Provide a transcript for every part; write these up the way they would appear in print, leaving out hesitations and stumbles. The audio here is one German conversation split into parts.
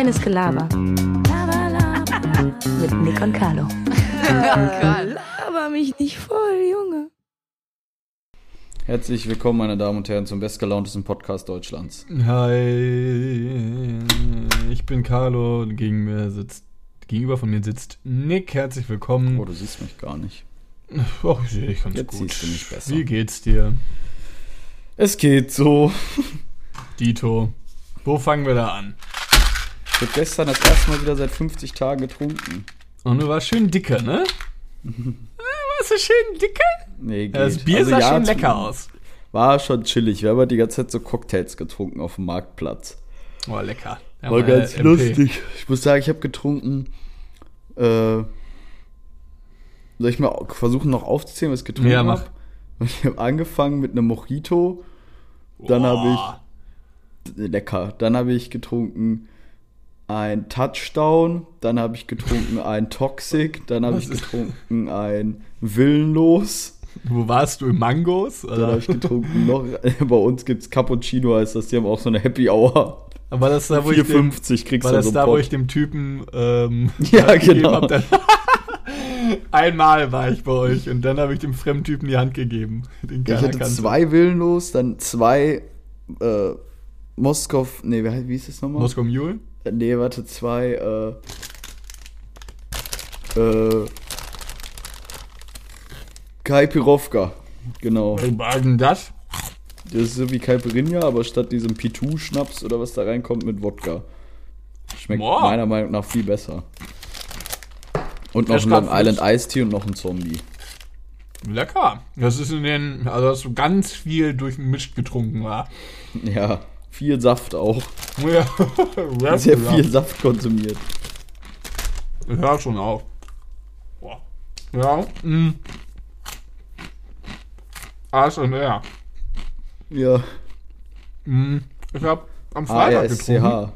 Reines Gelaber. Mit Nick und Carlo. Laber mich nicht voll, Junge. Herzlich willkommen, meine Damen und Herren, zum bestgelauntesten Podcast Deutschlands. Hi, ich bin Carlo und gegenüber von mir sitzt Nick. Herzlich willkommen. Oh, du siehst mich gar nicht. Ach, ich sehe dich ganz Jetzt gut. siehst du mich besser. Wie geht's dir? Es geht so. Dito, wo fangen wir da an? Ich habe gestern das erste Mal wieder seit 50 Tagen getrunken. Und du warst schön dicker, ne? Warst du schön dicker? Nee, geht. Das Bier sah schon lecker aus. War schon chillig. Wir haben halt die ganze Zeit so Cocktails getrunken auf dem Marktplatz. Oh, lecker. Ja, war ganz MP. lustig. Ich muss sagen, ich habe getrunken. Soll ich mal versuchen noch aufzuzählen, was ich getrunken habe? Ja, mach. Ich habe angefangen mit einem Mojito. Dann habe ich lecker. Dann habe ich getrunken ein Touchdown. Dann habe ich getrunken ein Toxic. Dann habe ich getrunken ein Willenlos. Wo warst du, im Mangos? Oder? Dann habe ich getrunken noch. Bei uns gibt es Cappuccino, heißt das. Die haben auch so eine Happy Hour. Aber das da, wo 4,50 kriegst war du das so da, einen wo Pott. ich dem Typen Ja, genau. Einmal war ich bei euch und dann habe ich dem fremden Typen die Hand gegeben. Den Ich hatte 2 Willenlos, dann 2 Moskow, nee, wie hieß es nochmal? Moskau Mule? Nee, warte, 2 Kaipirovka, genau. Was war denn das? Das ist so wie Caipirinha, aber statt diesem Pitu-Schnaps oder was da reinkommt mit Wodka. Schmeckt meiner Meinung nach viel besser. Und noch ein Long Island Iced Tea und noch ein Zombie. Lecker. Das ist also hast du ganz viel durchmischt getrunken, war. Ja, viel Saft auch. Ja. Sehr viel Saft konsumiert. Ich hör schon auf. Boah. Ja. ASMR. Ja. Ich hab am Freitag getrunken.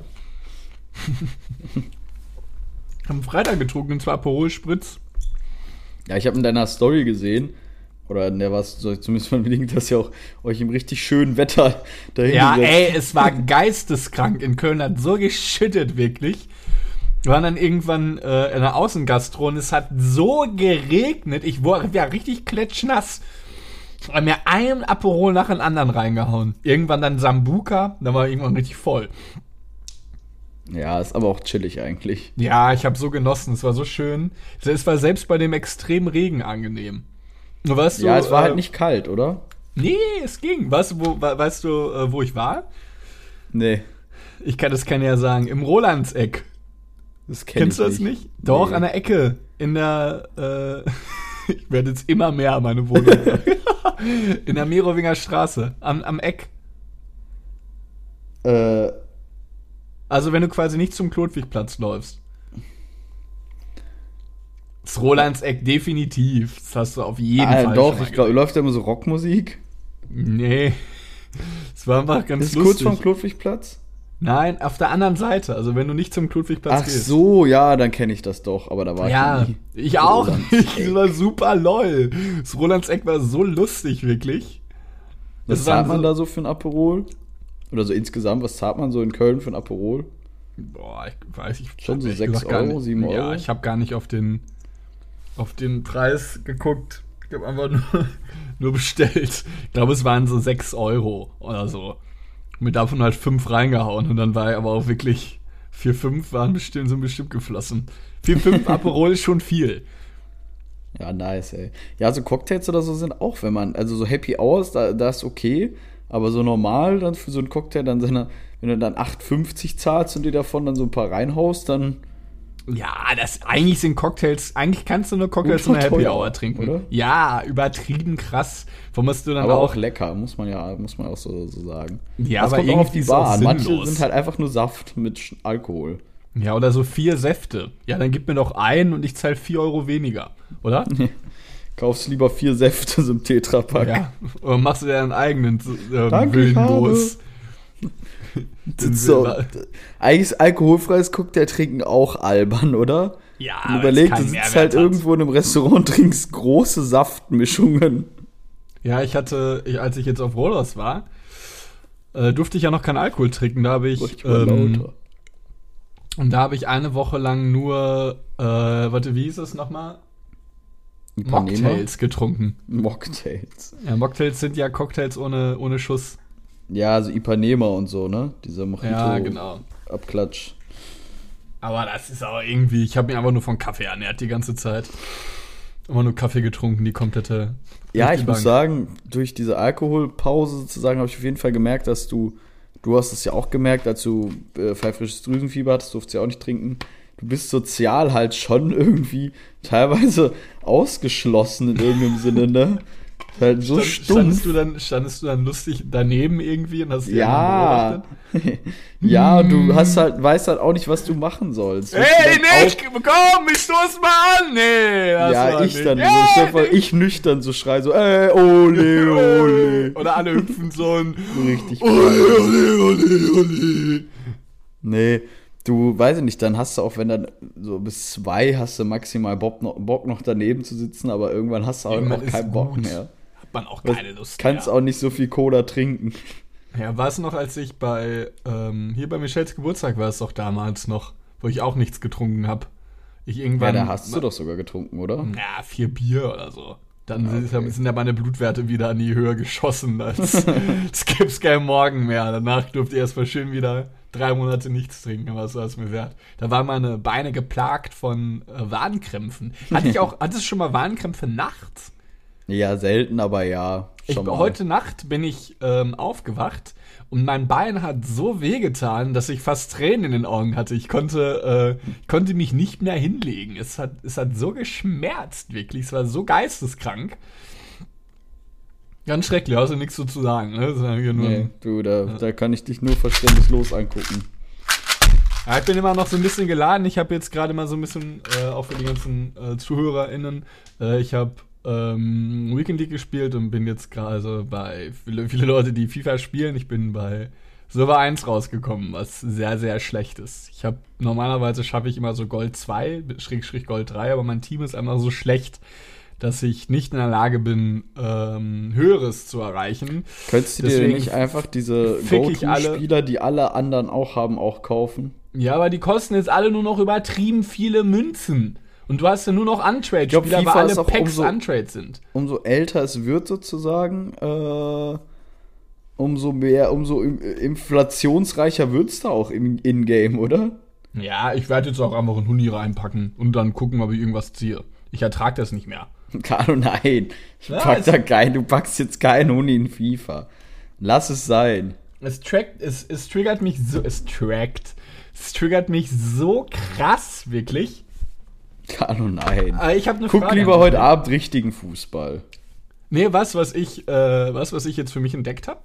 Am Freitag getrunken, und zwar Aperol Spritz. Ja, ich habe in deiner Story gesehen, oder in der was, zumindest von wegen, dass ihr auch euch im richtig schönen Wetter dahin Ja, gesetzt. ey, es war geisteskrank. In Köln hat so geschüttet, wirklich. Wir waren dann irgendwann in der Außengastro und es hat so geregnet. Ich war richtig klatschnass. Ich habe mir einen Aperol nach dem anderen reingehauen. Irgendwann dann Sambuca, dann war irgendwann richtig voll. Ja, ist aber auch chillig eigentlich. Ja, ich habe so genossen, es war so schön. Es war selbst bei dem extremen Regen angenehm. Weißt du, Ja, es war halt nicht kalt, oder? Nee, es ging. Weißt du, wo ich war? Nee. Das kann ich ja sagen. Im Rolandseck. Kennst du das nicht? Doch, an der Ecke. In der, ich werde jetzt immer mehr an meine Wohnung. In der Merowinger Straße. Am Eck. Also, wenn du quasi nicht zum Klotwigplatz läufst. Das Rolandseck definitiv. Das hast du auf jeden Fall. Doch, ich glaube, läuft da immer so Rockmusik. Nee. Es war einfach ganz ist lustig. Ist kurz vom Klotwigplatz? Nein, auf der anderen Seite. Also, wenn du nicht zum Klotwigplatz gehst. Ach so, ja, dann kenne ich das doch. Aber da war ich noch nie. Ich auch nicht. Das war super lol. Das Rolandseck war so lustig, wirklich. Was zahlt man da so für ein Aperol? Oder so insgesamt, was zahlt man so in Köln für ein Aperol? Boah, ich weiß nicht. Schon so 6 Euro, 7 Euro? Ja, ich habe gar nicht auf den Preis geguckt. Ich habe einfach nur bestellt. Ich glaube, es waren so 6 Euro oder so. Mit davon halt 5 reingehauen. Und dann war aber auch wirklich 4, 5 sind bestimmt geflossen. 4, 5 Aperol ist schon viel. Ja, nice, ey. Ja, so Cocktails oder so sind auch, wenn man, also so Happy Hours, da ist okay. Aber so normal dann für so einen Cocktail, dann wenn du dann 8,50 zahlst und dir davon dann so ein paar reinhaust, dann... Ja, eigentlich kannst du nur Cocktails in der Happy Hour trinken. Oder? Ja, übertrieben krass. Warum hast du dann aber auch lecker, muss man auch so sagen. Ja, das aber kommt auch auf die Bar an. Manche sinnlos. sind halt einfach nur Saft mit Alkohol. Ja, oder so 4 Säfte. Ja, dann gib mir doch einen und ich zahle 4 Euro weniger, oder? Kaufst lieber 4 Säfte so im Tetrapack. Ja, oder machst du dir einen eigenen Willenlos. So, eigentlich ist alkoholfreies Cocktail trinken auch albern, oder? Ja, und überleg, du sitzt halt irgendwo in einem Restaurant und trinkst große Saftmischungen. Ja, als ich jetzt auf Rodos war, durfte ich ja noch keinen Alkohol trinken. Da habe ich Und da habe ich eine Woche lang nur, wie hieß es nochmal? Mocktails getrunken. Mocktails. Ja, Mocktails sind ja Cocktails ohne Schuss. Ja, also Ipanema und so, ne? Dieser Mojito. Ja, genau. Abklatsch. Aber das ist auch irgendwie, ich habe mich einfach nur von Kaffee ernährt die ganze Zeit. Immer nur Kaffee getrunken, die komplette. Ja, ich muss sagen, durch diese Alkoholpause sozusagen habe ich auf jeden Fall gemerkt, dass du hast es ja auch gemerkt, als du pfeifrisches Drüsenfieber hattest, durftest ja auch nicht trinken. Du bist sozial halt schon irgendwie teilweise ausgeschlossen in irgendeinem Sinne, ne? Halt so stumpf. Standest du dann lustig daneben irgendwie und hast die ja. Ja, du weißt halt auch nicht, was du machen sollst. Hey, nee, komm, ich stoß mal an. Nee, das ja, ich nicht. dann so, ich nüchtern so schrei so, ole, ole. Oder alle hüpfen so ein richtig ole, ole, ole, ole. Nee, du, weiß ich nicht, dann hast du auch, wenn dann so bis 2 hast du maximal Bock noch daneben zu sitzen, aber irgendwann hast du auch keinen Bock mehr. Hat man auch keine Lust Kannst auch nicht so viel Cola trinken. Ja, war es noch, als ich hier bei Michelles Geburtstag war es doch damals noch, wo ich auch nichts getrunken habe. Ja, da hast du doch sogar getrunken, oder? Ja, 4 Bier oder so. Dann sind ja meine Blutwerte wieder an die Höhe geschossen. Es gibt's keinen Morgen mehr. Danach durfte ich erstmal schön wieder 3 Monate nichts trinken, was war es mir wert. Da waren meine Beine geplagt von Wadenkrämpfen. Hattest du schon mal Wadenkrämpfe nachts? Ja, selten, aber ja. Heute Nacht bin ich aufgewacht und mein Bein hat so wehgetan, dass ich fast Tränen in den Augen hatte. Ich konnte mich nicht mehr hinlegen. Es hat so geschmerzt, wirklich. Es war so geisteskrank. Ganz schrecklich, hast du nichts so zu sagen. Ne? Das nur nee, du, da kann ich dich nur verständnislos angucken. Ja, ich bin immer noch so ein bisschen geladen. Ich habe jetzt gerade mal so ein bisschen, auch für die ganzen ZuhörerInnen, ich habe Weekend League gespielt und bin jetzt gerade bei viele Leute, die FIFA spielen. Ich bin bei Silber 1 rausgekommen, was sehr, sehr schlecht ist. Normalerweise schaffe ich immer so Gold 2, / Gold 3, aber mein Team ist einfach so schlecht, dass ich nicht in der Lage bin, Höheres zu erreichen. Könntest du dir nicht einfach diese Go-To-Spieler, die alle anderen auch haben, auch kaufen? Ja, aber die kosten jetzt alle nur noch übertrieben viele Münzen. Und du hast ja nur noch Untrade-Spieler, weil alle Packs Untrade sind. Umso älter es wird sozusagen, umso inflationsreicher wird es da auch im Ingame, oder? Ja, ich werde jetzt auch einfach einen Huni reinpacken und dann gucken, ob ich irgendwas ziehe. Ich ertrage das nicht mehr. Carlo, nein. Du packst jetzt keinen Huni in FIFA. Lass es sein. Es triggert mich so krass, wirklich. Carlo, nein. Ich habe eine Guck Frage. Lieber heute Abend richtigen Fußball. Nee, was ich jetzt für mich entdeckt habe?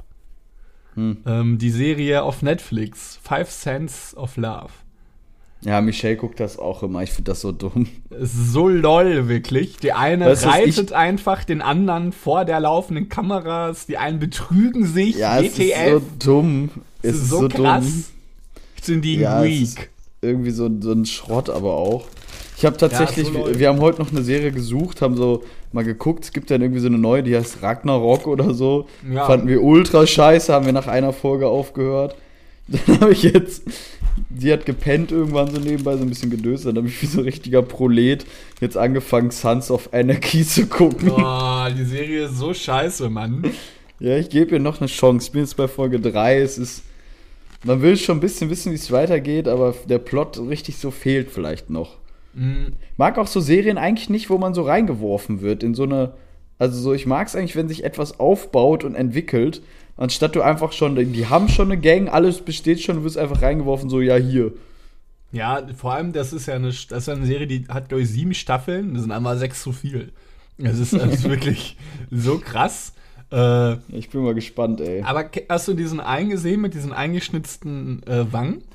Die Serie auf Netflix, 5 Cents of Love. Ja, Michelle guckt das auch immer. Ich finde das so dumm. Es ist so lol, wirklich. Die eine reitet einfach den anderen vor der laufenden Kameras. Die einen betrügen sich. Ja, es ist so dumm. Es ist so krass. Sind die Greek. Irgendwie so ein Schrott aber auch. Ich habe tatsächlich, wir haben heute noch eine Serie gesucht, haben so mal geguckt, es gibt dann irgendwie so eine neue, die heißt Ragnarok oder so. Ja. Fanden wir ultra scheiße, haben wir nach einer Folge aufgehört. Dann habe ich sie hat gepennt irgendwann so nebenbei, so ein bisschen gedöst, dann habe ich wie so ein richtiger Prolet jetzt angefangen, Sons of Anarchy zu gucken. Boah, die Serie ist so scheiße, Mann. Ja, ich gebe ihr noch eine Chance. Ich bin jetzt bei Folge 3, man will schon ein bisschen wissen, wie es weitergeht, aber der Plot richtig so fehlt vielleicht noch. Mag auch so Serien eigentlich nicht, wo man so reingeworfen wird in so eine, also so, ich mag es eigentlich, wenn sich etwas aufbaut und entwickelt, anstatt du einfach schon, die haben schon eine Gang, alles besteht schon, du wirst einfach reingeworfen, so, ja, hier. Ja, vor allem, das ist ja eine Serie, die hat, glaube ich, 7 Staffeln, das sind einmal 6 zu viel. Das ist wirklich so krass. Ich bin mal gespannt, ey. Aber hast du diesen einen gesehen mit diesen eingeschnitzten Wangen?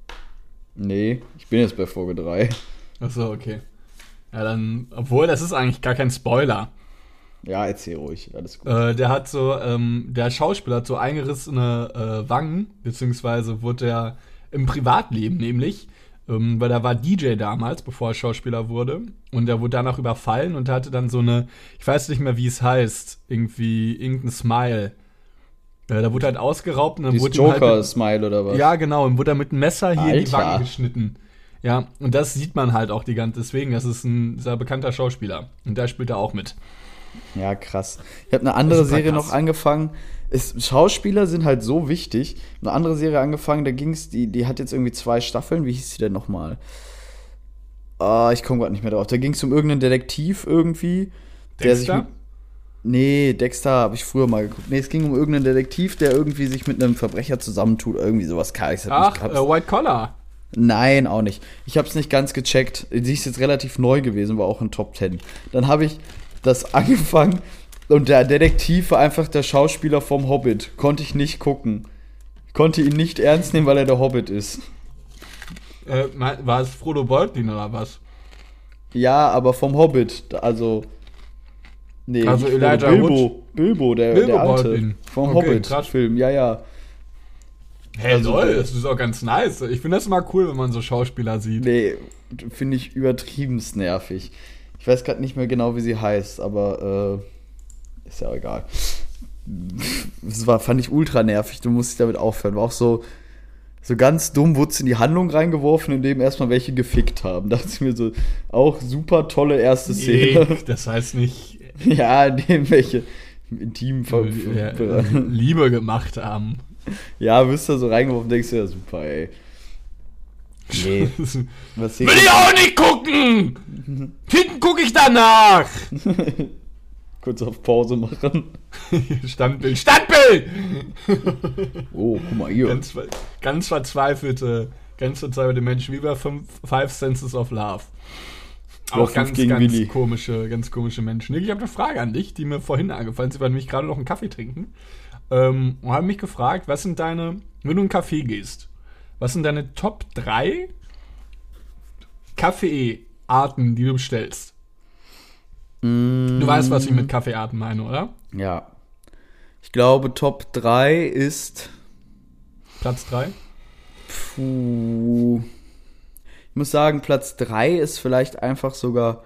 Nee, ich bin jetzt bei Folge 3. Achso, okay. Ja, dann, obwohl, das ist eigentlich gar kein Spoiler. Ja, erzähl ruhig, alles gut. Der Schauspieler hat so eingerissene Wangen, beziehungsweise wurde er im Privatleben nämlich, weil er war DJ damals, bevor er Schauspieler wurde, und er wurde danach überfallen und hatte dann so eine, ich weiß nicht mehr, wie es heißt, irgendein Smile. Da wurde halt ausgeraubt und dann wurde Joker-Smile oder was? Ja, genau, und wurde er mit einem Messer hier in die Alter. Wangen geschnitten. Ja, und das sieht man halt auch deswegen, das ist ein sehr bekannter Schauspieler. Und da spielt er auch mit. Ja, krass. Ich habe eine andere Super Serie krass. noch angefangen. Schauspieler sind halt so wichtig. Eine andere Serie angefangen, da ging's, die hat jetzt irgendwie 2 Staffeln. Wie hieß die denn nochmal? Ich komme gerade nicht mehr drauf. Da ging es um irgendeinen Detektiv irgendwie. Der sich Dexter? Nee, Dexter habe ich früher mal geguckt. Nee, es ging um irgendeinen Detektiv, der irgendwie sich mit einem Verbrecher zusammentut. Irgendwie sowas. White Collar. Nein, auch nicht. Ich habe es nicht ganz gecheckt. Sie ist jetzt relativ neu gewesen, war auch in Top 10. Dann habe ich das angefangen und der Detektiv war einfach der Schauspieler vom Hobbit. Konnte ich nicht gucken. Konnte ihn nicht ernst nehmen, weil er der Hobbit ist. War es Frodo Boltlin oder was? Ja, aber vom Hobbit. Also. Nee, Also nicht Elijah Bilbo. Bilbo, der Alte. Boltlin. Vom Okay, krass. Hobbit-Film, ja. Hey, Also, lol, das ist auch ganz nice. Ich finde das immer cool, wenn man so Schauspieler sieht. Nee, finde ich übertriebenst nervig. Ich weiß gerade nicht mehr genau, wie sie heißt, aber ist ja auch egal. Fand ich ultra nervig, du musst dich damit aufhören. War auch so ganz dumm, wurde es in die Handlung reingeworfen, indem erstmal welche gefickt haben. Dachte ich mir so, auch super tolle erste Szene. Nee, das heißt nicht Ja, indem welche intim Liebe gemacht haben. Ja, wirst du so reingeworfen, denkst du, ja super, ey. Nee. Was Will ich auch nicht gucken! Hinten gucke ich danach! Kurz auf Pause machen. Standbild! Oh, guck mal hier. Ganz verzweifelte Menschen, wie bei Five Senses of Love. Auch ganz komische Menschen. Ich habe eine Frage an dich, die mir vorhin eingefallen ist, weil wir nämlich gerade noch einen Kaffee trinken. Und haben mich gefragt, wenn du in einen Café gehst, was sind deine Top 3 Kaffeearten, die du bestellst? Du weißt, was ich mit Kaffeearten meine, oder? Ja. Ich glaube, Top 3 ist Platz 3? Puh. Ich muss sagen, Platz 3 ist vielleicht einfach sogar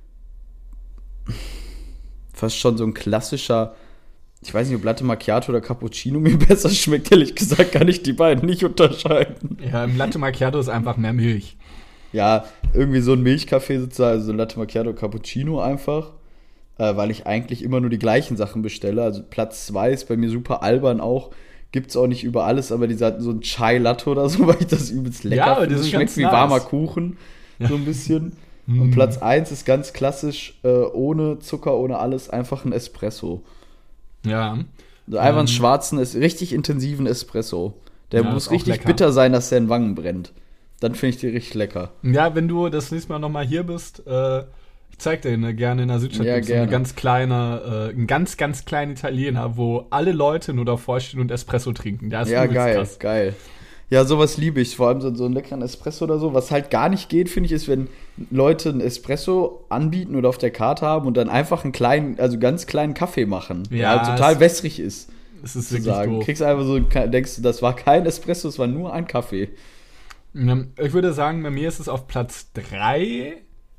fast schon so ein klassischer, ich weiß nicht, ob Latte Macchiato oder Cappuccino mir besser schmeckt. Ehrlich gesagt kann ich die beiden nicht unterscheiden. Ja, im Latte Macchiato ist einfach mehr Milch. Ja, irgendwie so ein Milchkaffee sozusagen, also Latte Macchiato, Cappuccino einfach, weil ich eigentlich immer nur die gleichen Sachen bestelle. Also Platz 2 ist bei mir super albern auch. Gibt's auch nicht über alles, aber so ein Chai Latte oder so, weil ich das übelst lecker finde. Das schmeckt wie warmer Kuchen, so ein bisschen. Und Platz 1 ist ganz klassisch, ohne Zucker, ohne alles, einfach ein Espresso. Ja. Also einfach einen schwarzen, richtig intensiven Espresso. Der muss richtig lecker. bitter sein, dass der in Wangen brennt. Dann finde ich die richtig lecker. Ja, wenn du das nächste Mal nochmal hier bist, ich zeig dir gerne in der Südstadt. Ja, gibt's gerne. Ein ganz kleiner Italiener, wo alle Leute nur davor stehen und Espresso trinken. Der ist Ja, übelst krass. geil. Ja, sowas liebe ich. Vor allem so einen leckeren Espresso oder so. Was halt gar nicht geht, finde ich, ist, wenn Leute einen Espresso anbieten oder auf der Karte haben und dann einfach ganz kleinen Kaffee machen, der halt total wässrig ist. Es ist wirklich doof. Kriegst einfach so, denkst du, das war kein Espresso, es war nur ein Kaffee. Ich würde sagen, bei mir ist es auf Platz 3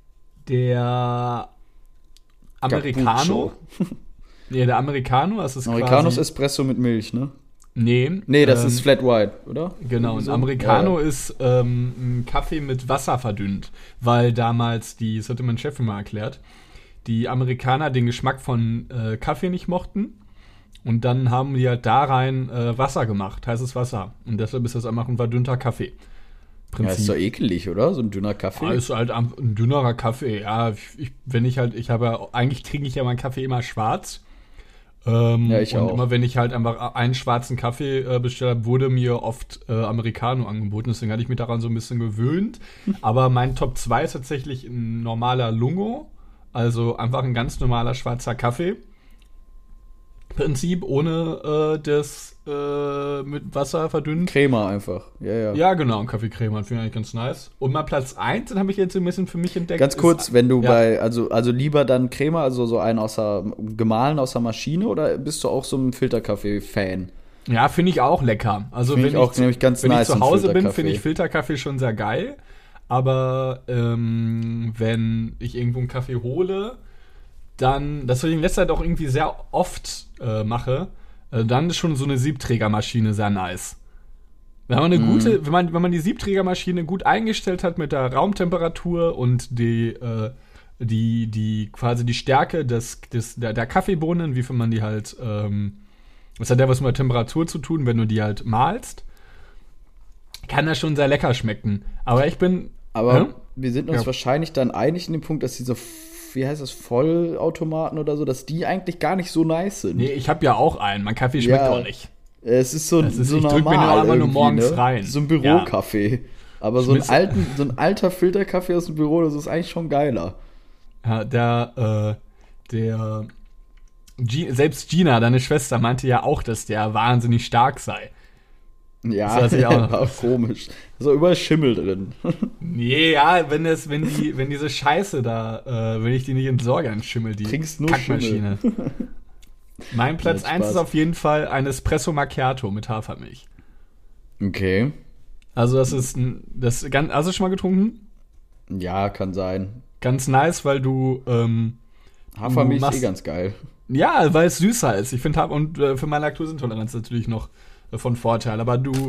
der Americano. Nee, der Americano, das ist Americano ist quasi... Espresso mit Milch, ne? Nee, das ist Flat White, oder? Genau, ein Americano ist ein Kaffee mit Wasser verdünnt, weil damals, das hatte mein Chef immer erklärt, die Amerikaner den Geschmack von Kaffee nicht mochten und dann haben die halt da rein Wasser gemacht, heißes Wasser. Und deshalb ist das einfach ein verdünnter Kaffee. Ja, ist doch ekelig, oder? So ein dünner Kaffee. Ist halt ein dünnerer Kaffee, ja. Eigentlich trinke ich ja meinen Kaffee immer schwarz. Ja, ich auch. Und immer wenn ich halt einfach einen schwarzen Kaffee bestellt habe, wurde mir oft Americano angeboten. Deswegen hatte ich mich daran so ein bisschen gewöhnt. Aber mein Top 2 ist tatsächlich ein normaler Lungo. Also einfach ein ganz normaler schwarzer Kaffee. Prinzip ohne das mit Wasser verdünnt. Crema einfach. Ja. Ja, genau, ein Kaffeecreme, finde ich eigentlich ganz nice. Und mal Platz 1, den habe ich jetzt ein bisschen für mich entdeckt. Ganz kurz, wenn du also lieber dann Crema, also so einen gemahlen aus der Maschine, oder bist du auch so ein Filterkaffee-Fan? Ja, finde ich auch lecker. Also wenn ich zu Hause bin, finde ich Filterkaffee schon sehr geil. Aber wenn ich irgendwo einen Kaffee hole, dann, das was ich in letzter Zeit auch irgendwie sehr oft mache, dann ist schon so eine Siebträgermaschine sehr nice. Wenn man wenn man die Siebträgermaschine gut eingestellt hat mit der Raumtemperatur und quasi die Stärke der Kaffeebohnen, wie viel man die halt, das hat ja was mit der Temperatur zu tun, wenn du die halt mahlst, kann das schon sehr lecker schmecken. Aber wir sind uns wahrscheinlich dann einig in dem Punkt, dass diese, wie heißt das, Vollautomaten oder so, dass die eigentlich gar nicht so nice sind. Nee, ich habe ja auch einen. Mein Kaffee schmeckt auch nicht. Es ist so ich normal. drück mir aber nur morgens rein. So ein Bürokaffee. Ja. Aber so ein alter Filterkaffee aus dem Büro, das ist eigentlich schon geiler. Ja, selbst Gina, deine Schwester, meinte ja auch, dass der wahnsinnig stark sei. Ja, das war komisch. Da ist überall Schimmel drin. Nee, ja, wenn diese Scheiße da, wenn ich die nicht entsorge, dann schimmelt die Trinkst nur Kackmaschine. Mein Platz 1 ist auf jeden Fall ein Espresso Macchiato mit Hafermilch. Okay. Also hast du schon mal getrunken? Ja, kann sein. Ganz nice, weil du Hafermilch ist ganz geil. Ja, weil es süßer ist. Ich finde und für meine Laktoseintoleranz natürlich noch von Vorteil. Aber du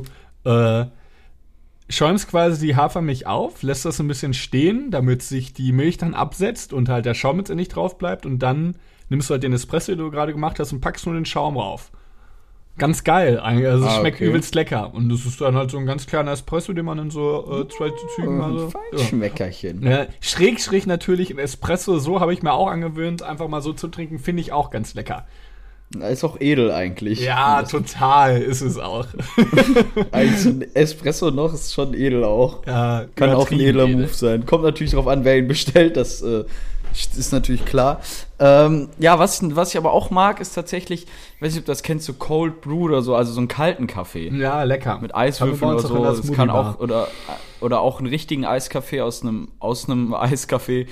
schäumst quasi die Hafermilch auf, lässt das ein bisschen stehen, damit sich die Milch dann absetzt und halt der Schaum jetzt nicht drauf bleibt. Und dann nimmst du halt den Espresso, den du gerade gemacht hast, und packst nur den Schaum rauf. Ganz geil. Also es schmeckt übelst lecker. Und das ist dann halt so ein ganz kleiner Espresso, den man in so 2 Zügen Feinschmeckerchen. Ja, schräg natürlich ein Espresso, so habe ich mir auch angewöhnt, einfach mal so zu trinken, finde ich auch ganz lecker. Ist auch edel eigentlich. Ja, total ist es auch. Eigentlich so ein Espresso noch ist schon edel auch. Ja, kann auch ein edler Move sein. Kommt natürlich drauf an, wer ihn bestellt, das ist natürlich klar. Ja, was ich aber auch mag, ist tatsächlich, ich weiß nicht, ob du das kennst, so Cold Brew oder so, also so einen kalten Kaffee. Ja, lecker. Mit Eiswürfeln oder so. Das kann auch, oder auch einen richtigen Eiskaffee aus einem Eiskaffee.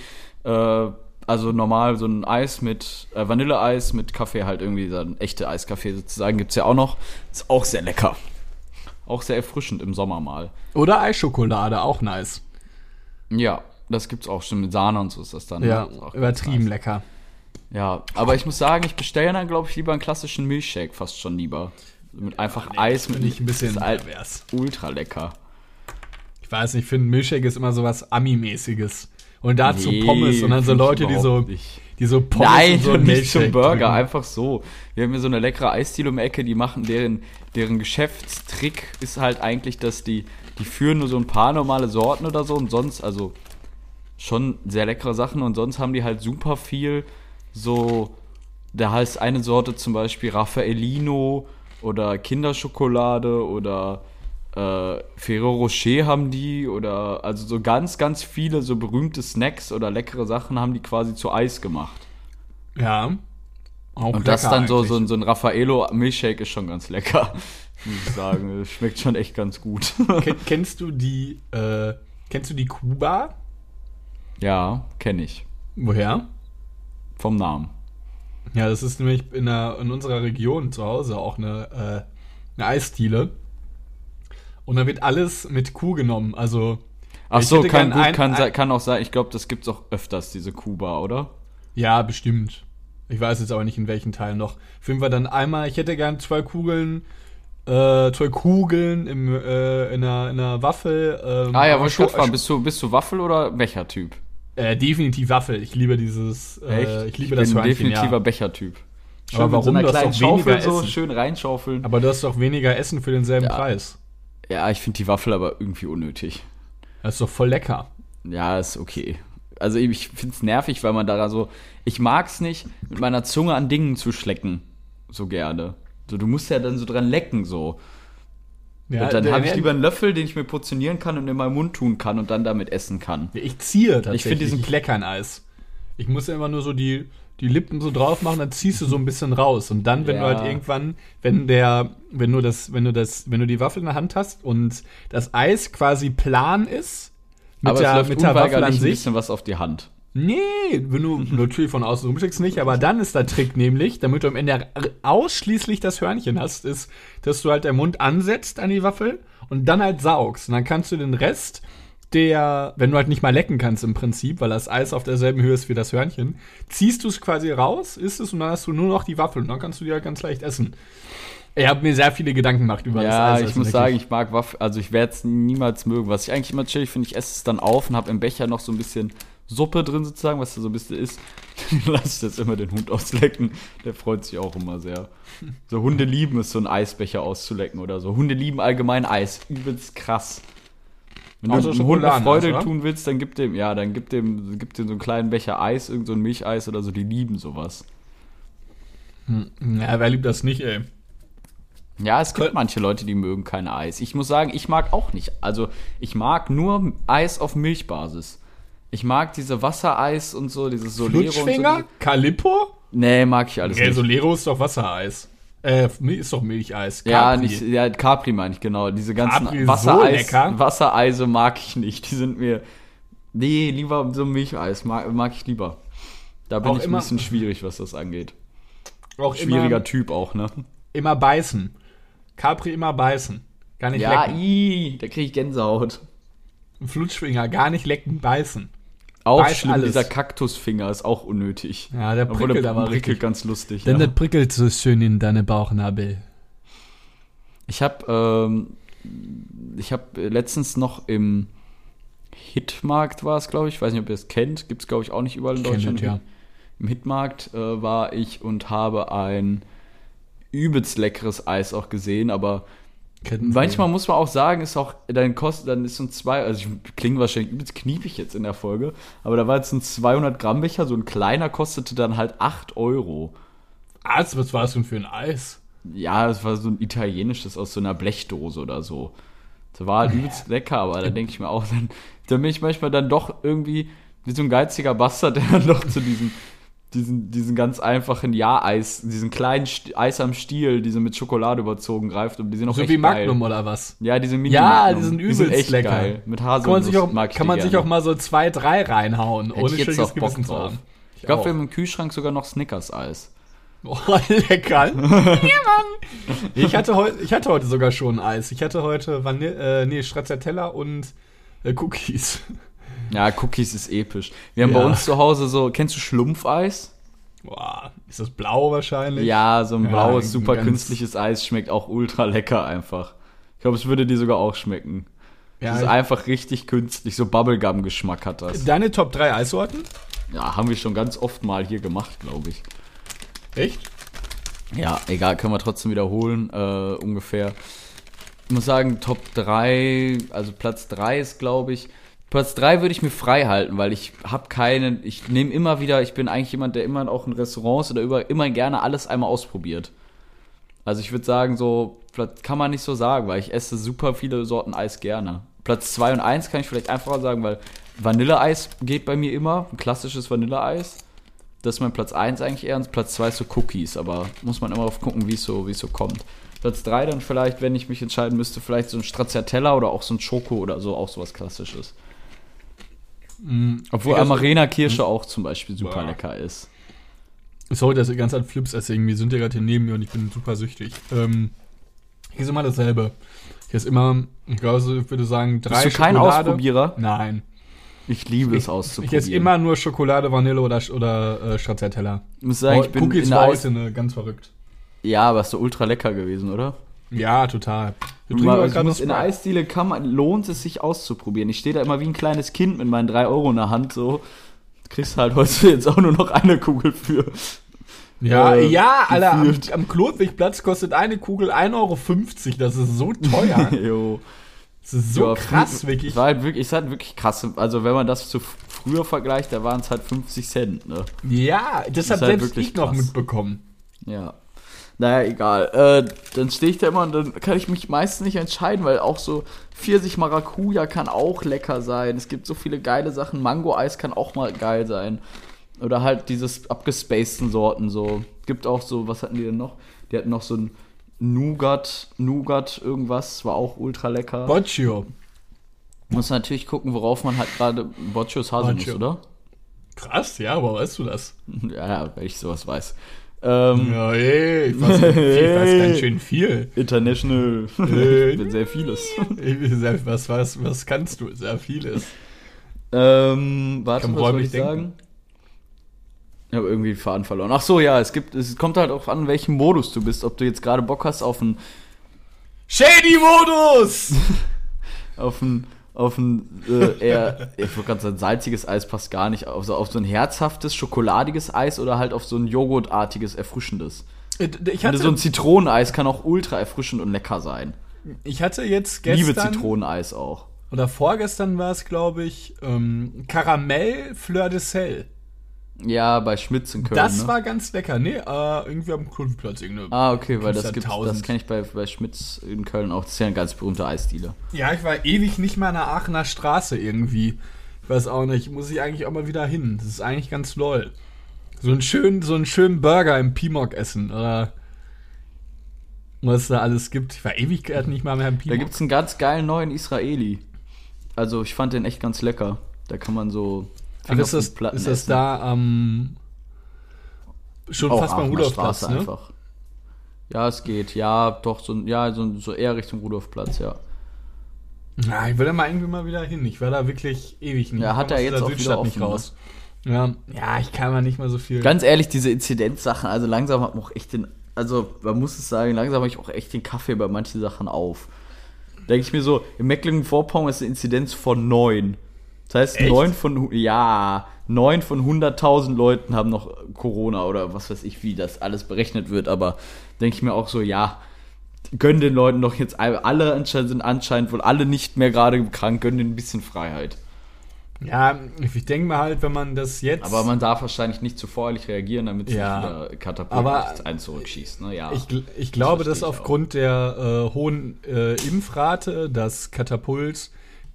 Also normal so ein Eis mit Vanilleeis mit Kaffee, halt irgendwie so ein echter Eiskaffee sozusagen, gibt's ja auch noch. Ist auch sehr lecker. Auch sehr erfrischend im Sommer mal. Oder Eisschokolade, auch nice. Ja, das gibt's auch schon mit Sahne und so ist das dann. Ja, auch übertrieben nice. Lecker. Ja, aber ich muss sagen, ich bestelle dann, glaube ich, lieber einen klassischen Milchshake, fast schon lieber. Mit einfach Eis mit nicht ein bisschen ultra lecker. Ich weiß nicht, ich finde Milchshake ist immer so was Ami-mäßiges. Und dazu Pommes und dann so Leute, die so Pommes Nein, und so einen nicht zum Burger, trinken. einfach so. Wir haben hier so eine leckere Eisdiele um die Ecke, die machen deren Geschäftstrick ist halt eigentlich, dass die führen nur so ein paar normale Sorten oder so und sonst, also schon sehr leckere Sachen und sonst haben die halt super viel so, da heißt eine Sorte zum Beispiel Raffaellino oder Kinderschokolade oder Ferrero Rocher haben die oder also so ganz, ganz viele so berühmte Snacks oder leckere Sachen haben die quasi zu Eis gemacht. Ja. Auch und das dann so ein Raffaello Milchshake ist schon ganz lecker, muss ich sagen. Das schmeckt schon echt ganz gut. Kennst du die Kuba? Ja, kenne ich. Woher? Vom Namen. Ja, das ist nämlich in unserer Region zu Hause auch eine Eisdiele. Und da wird alles mit Kuh genommen, also... Ach so, kann auch sein. Ich glaube, das gibt's auch öfters, diese Kuba, oder? Ja, bestimmt. Ich weiß jetzt aber nicht, in welchen Teilen noch. Auf jeden Fall dann einmal, ich hätte gern 2 Kugeln in einer Waffel. Ja, wollte ich gerade fragen, bist du Waffel- oder Bechertyp? Definitiv Waffel. Ich liebe dieses... Echt? Ich liebe das Hörnchen, Ich bin definitiver Bechertyp. Schön aber warum? Mit so einer kleinen Schaufel so Essen. Schön reinschaufeln. Aber du hast doch weniger Essen für denselben Preis. Ja, ich finde die Waffel aber irgendwie unnötig. Das ist doch voll lecker. Ja, ist okay. Also ich finde es nervig, weil man da so... Ich mag es nicht, mit meiner Zunge an Dingen zu schlecken. So gerne. So, du musst ja dann so dran lecken, so. Ja, und dann habe ich lieber einen Löffel, den ich mir portionieren kann und in meinen Mund tun kann und dann damit essen kann. Ja, ich ziehe tatsächlich. Ich finde diesen Kleckerneis. Ich muss ja immer nur so die Lippen so drauf machen, dann ziehst du so ein bisschen raus. Und dann, wenn du halt irgendwann, wenn du die Waffel in der Hand hast und das Eis quasi plan ist, mit der Waffel an sich. Ein bisschen was auf die Hand. Nee, wenn du natürlich von außen rumschickst nicht, aber dann ist der Trick nämlich, damit du am Ende ausschließlich das Hörnchen hast, ist, dass du halt den Mund ansetzt an die Waffel und dann halt saugst. Und dann kannst du den Rest wenn du halt nicht mal lecken kannst im Prinzip, weil das Eis auf derselben Höhe ist wie das Hörnchen, ziehst du es quasi raus, isst es und dann hast du nur noch die Waffel und dann kannst du die halt ganz leicht essen. Ich habe mir sehr viele Gedanken gemacht über das Eis. Ja, ich muss sagen, ich mag Waffeln, also ich werde es niemals mögen. Was ich eigentlich immer chillig finde, ich esse es dann auf und habe im Becher noch so ein bisschen Suppe drin sozusagen, was da so ein bisschen ist. Dann lasse ich das immer den Hund auslecken. Der freut sich auch immer sehr. So Hunde lieben es, so einen Eisbecher auszulecken oder so. Hunde lieben allgemein Eis. Übelst krass. Wenn du einem Hund eine Freude tun willst, dann gib dem so einen kleinen Becher Eis, irgend so ein Milcheis oder so. Die lieben sowas. Ja, wer liebt das nicht, ey? Ja, es gibt manche Leute, die mögen kein Eis. Ich muss sagen, ich mag auch nicht. Also, ich mag nur Eis auf Milchbasis. Ich mag diese Wassereis und so, dieses Solero Flutschfinger? und so. Calippo? Nee, mag ich alles nicht. Solero ist doch Wassereis. Ist doch Milcheis. Capri. Capri meine ich, genau. Diese ganzen Capri so Wassereise mag ich nicht. Die sind mir... Nee, lieber so Milcheis mag ich lieber. Da bin ich ein bisschen schwierig, was das angeht. Auch schwieriger Typ auch, ne? Immer beißen. Capri immer beißen. Gar nicht lecken. Da kriege ich Gänsehaut. Flutschfinger, gar nicht lecken, beißen. Auch beiß schlimm, alles. Dieser Kaktusfinger ist auch unnötig. Ja, der prickelt aber richtig. Ganz lustig. Denn der prickelt so schön in deine Bauchnabel. Ich habe letztens noch im Hitmarkt war es, glaube ich. Ich weiß nicht, ob ihr es kennt. Gibt es, glaube ich, auch nicht überall in Deutschland. Ja. Im Hitmarkt war ich und habe ein übelst leckeres Eis auch gesehen, aber manchmal muss man auch sagen, ist auch, dann ist so ein also ich klinge wahrscheinlich übelst kniepig jetzt in der Folge, aber da war jetzt ein 200 Gramm Becher, so ein kleiner kostete dann halt 8 Euro. Was war das denn für ein Eis? Ja, das war so ein italienisches aus so einer Blechdose oder so. Das war halt übelst lecker, aber da denke ich mir auch, dann bin ich manchmal dann doch irgendwie wie so ein geiziger Bastard, der dann doch zu diesen ganz einfachen Ja-Eis, diesen kleinen Eis am Stiel, die so mit Schokolade überzogen greift. Und die sind auch so echt wie Magnum geil. Oder was? Ja, diese Mini-Magnum. Ja, die sind übelst echt lecker. Geil. Mit Haselnuss kann man sich auch mal so 2, 3 reinhauen, ohne schlechtes Gewissen zu haben. Ich glaube, wir haben im Kühlschrank sogar noch Snickers-Eis. Oh, lecker. Ja, Mann. Ich hatte heute sogar schon Eis. Ich hatte heute Stracciatella und Cookies. Ja, Cookies ist episch. Wir haben bei uns zu Hause so, kennst du Schlumpfeis? Boah, ist das blau wahrscheinlich? Ja, so ein blaues, super künstliches Eis schmeckt auch ultra lecker einfach. Ich glaube, es würde dir sogar auch schmecken. Ja, das ist einfach richtig künstlich, so Bubblegum-Geschmack hat das. Deine Top 3 Eissorten? Ja, haben wir schon ganz oft mal hier gemacht, glaube ich. Echt? Ja, egal, können wir trotzdem wiederholen, ungefähr. Ich muss sagen, Top 3, also Platz 3 ist, glaube ich, Platz 3 würde ich mir frei halten, weil ich nehme immer wieder, ich bin eigentlich jemand, der immer auch in Restaurants oder immer gerne alles einmal ausprobiert. Also ich würde sagen, so, kann man nicht so sagen, weil ich esse super viele Sorten Eis gerne. Platz 2 und 1 kann ich vielleicht einfacher sagen, weil Vanilleeis geht bei mir immer, ein klassisches Vanilleeis. Das ist mein Platz 1 eigentlich eher und Platz 2 ist so Cookies, aber muss man immer drauf gucken, wie es so kommt. Platz 3 dann vielleicht, wenn ich mich entscheiden müsste, vielleicht so ein Stracciatella oder auch so ein Schoko oder so, auch sowas Klassisches. Obwohl Amarena Kirsche auch zum Beispiel super lecker ist. Sorry, dass ihr ganz an Flips esse, irgendwie sind ja gerade hier neben mir und ich bin super süchtig. Ich esse immer dasselbe. Ich esse immer, ich würde sagen, 3 Schokolade. Bist du kein Ausprobierer? Nein. Ich liebe es auszuprobieren. Ich esse immer nur Schokolade, Vanille oder Stracciatella. Ich muss sagen, ich bin Cookies war heute ganz verrückt. Ja, aber ist so ultra lecker gewesen, oder? Ja, total. In der Eisdiele lohnt es sich auszuprobieren. Ich stehe da immer wie ein kleines Kind mit meinen 3 Euro in der Hand, so. Du kriegst halt heute jetzt auch nur noch eine Kugel für. Ja, Alter, am Klotwigplatz kostet eine Kugel 1,50 Euro. Das ist so teuer. Jo. Das ist so krass, wirklich. Es ist halt wirklich krass. Also, wenn man das zu früher vergleicht, da waren es halt 50 Cent, ne? Ja, das hat halt selbst ich noch mitbekommen. Ja. Naja, egal. Dann stehe ich da immer und dann kann ich mich meistens nicht entscheiden, weil auch so Pfirsich Maracuja kann auch lecker sein. Es gibt so viele geile Sachen. Mango-Eis kann auch mal geil sein. Oder halt dieses abgespaceden Sorten so. Gibt auch so, was hatten die denn noch? Die hatten noch so ein Nougat irgendwas, war auch ultra lecker. Boccio. Muss natürlich gucken, worauf man halt gerade Boccio ist Haselnuss, oder? Krass, ja, aber weißt du das? Ja, weil ich sowas weiß. Ich weiß ganz schön viel. International. Ich bin sehr vieles. Was kannst du? Sehr vieles. Warte, was soll ich sagen? Ich habe irgendwie den Faden verloren. Ach so, ja, es kommt halt auch an, welchem Modus du bist. Ob du jetzt gerade Bock hast auf einen Shady-Modus! auf ein eher, ich würde gerade sagen, salziges Eis passt gar nicht. Also auf so ein herzhaftes, schokoladiges Eis oder halt auf so ein joghurtartiges, erfrischendes. So ein Zitroneneis kann auch ultra erfrischend und lecker sein. Ich hatte jetzt gestern... Liebe Zitroneneis auch. Oder vorgestern war es, glaube ich, Karamell Fleur de Sel. Ja, bei Schmitz in Köln. Das war ganz lecker. Nee, irgendwie am Kundenplatz. Okay, weil das kenne ich bei Schmitz in Köln auch. Das ist ja eine ganz berühmte Eisdiele. Ja, ich war ewig nicht mehr an der Aachener Straße irgendwie. Ich weiß auch nicht, muss ich eigentlich auch mal wieder hin. Das ist eigentlich ganz lol. So einen schönen Burger im Pimok essen, oder was es da alles gibt. Ich war ewig nicht mal mehr im Pimok. Da gibt es einen ganz geilen neuen Israeli. Also ich fand den echt ganz lecker. Da kann man so... Ist das da schon auch fast beim Rudolfplatz, ne? Einfach. Ja, es geht. Ja, doch, so eher Richtung Rudolfplatz, ja. Ja, ich will da irgendwie mal wieder hin. Ich war da wirklich ewig nicht. Ja, hat er jetzt auch wieder offen, nicht raus. Ne? Ja, ich kann mal nicht mal so viel. Ganz ehrlich, diese Inzidenzsachen, also langsam hat man auch echt man muss es sagen, langsam habe ich auch echt den Kaffee bei manchen Sachen auf. Denke ich mir so, in Mecklenburg-Vorpommern ist eine Inzidenz von 9. Das heißt, 9 von 100.000 Leuten haben noch Corona oder was weiß ich, wie das alles berechnet wird. Aber denke ich mir auch so, ja, gönn den Leuten doch jetzt sind anscheinend wohl alle nicht mehr gerade krank, gönn denen ein bisschen Freiheit. Ja, ich denke mal halt, wenn man das jetzt... Aber man darf wahrscheinlich nicht zu voreilig reagieren, damit sich wieder Katapult einen zurückschießt. Ne? Ja, ich glaube, dass aufgrund der hohen Impfrate das Katapult,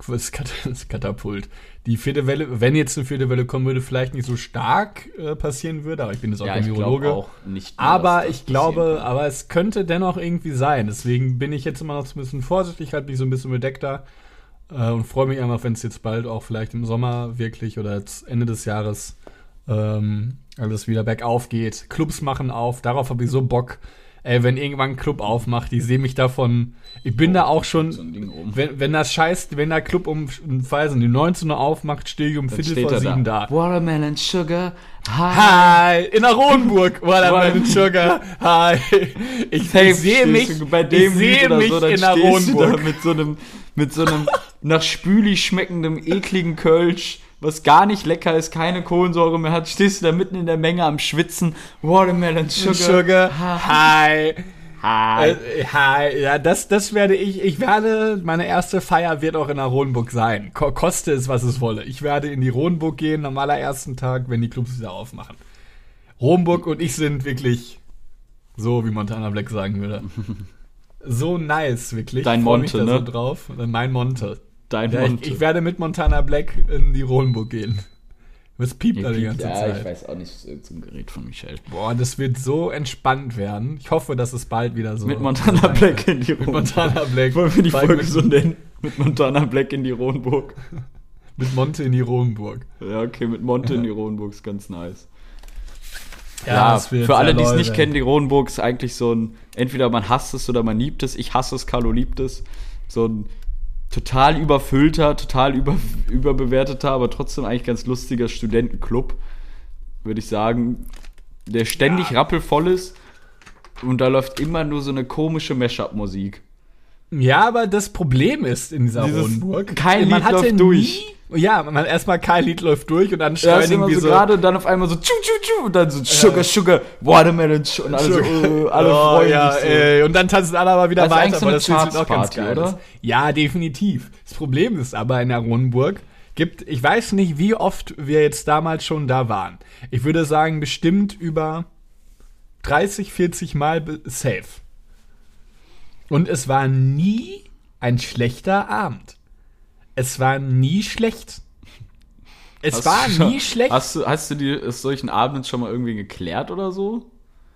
die vierte Welle, wenn jetzt eine vierte Welle kommen würde, vielleicht nicht so stark passieren würde, aber ich bin jetzt auch kein Virologe. Auch nicht mehr, aber ich glaube, aber es könnte dennoch irgendwie sein. Deswegen bin ich jetzt immer noch so ein bisschen vorsichtig, halt mich so ein bisschen bedeckter und freue mich einfach, wenn es jetzt bald auch vielleicht im Sommer wirklich oder jetzt Ende des Jahres alles wieder bergauf geht. Clubs machen auf, darauf habe ich so Bock. Ey, wenn irgendwann ein Club aufmacht, ich sehe mich davon, ich bin da auch schon, so wenn der Club um 19 Uhr aufmacht, stehe ich um Viertel vor 7 da. Watermelon Sugar, hi! In der Rodenburg, Watermelon Sugar, hi! Ich sehe mich in der Rodenburg. Mit so einem nach Spüli schmeckendem, ekligen Kölsch, was gar nicht lecker ist, keine Kohlensäure mehr hat, stehst du da mitten in der Menge am Schwitzen. Watermelon Sugar. Hi. Ja, das werde ich meine erste Feier wird auch in der Rodenburg sein. Koste es, was es wolle. Ich werde in die Rodenburg gehen am allerersten Tag, wenn die Clubs wieder aufmachen. Rodenburg und ich sind wirklich so, wie Montana Black sagen würde. So nice, wirklich. Dein Monte, ne? So drauf. Mein Monte. Monte. Ich werde mit Montana Black in die Rodenburg gehen. Was piept da die ganze Zeit? Ja, ich weiß auch nicht, zum Gerät von Michel. Boah, das wird so entspannt werden. Ich hoffe, dass es bald wieder so... Mit Montana Black in die Rodenburg. Mit Montana Black. Wollen wir die Folge so nennen? Mit Montana Black in die Rodenburg. Mit Monte in die Rodenburg. Ja, okay, mit Monte in die Rodenburg ist ganz nice. Ja, für alle, die es nicht kennen, die Rodenburg ist eigentlich so ein, entweder man hasst es oder man liebt es. Ich hasse es, Carlo liebt es. So ein total überfüllter, total überbewerteter, aber trotzdem eigentlich ganz lustiger Studentenclub, würde ich sagen, der ständig rappelvoll ist und da läuft immer nur so eine komische Mashup-Musik. Ja, aber das Problem ist in dieser Rodenburg, kein Lied läuft durch. Ja, erstmal kein Lied läuft durch und dann steuern irgendwie so gerade und dann auf einmal so tschu, tschu, tschu, und dann so Sugar, Watermelon und alle so, alle freuen sich so. Und dann tanzen alle aber wieder weiter, aber das ist auch ganz geil, oder? Ja, definitiv. Das Problem ist aber in der Rodenburg ich weiß nicht, wie oft wir jetzt damals schon da waren. Ich würde sagen, bestimmt über 30, 40 Mal safe. Und es war nie ein schlechter Abend. Es war nie schlecht. Hast du dir solchen Abenden schon mal irgendwie geklärt oder so?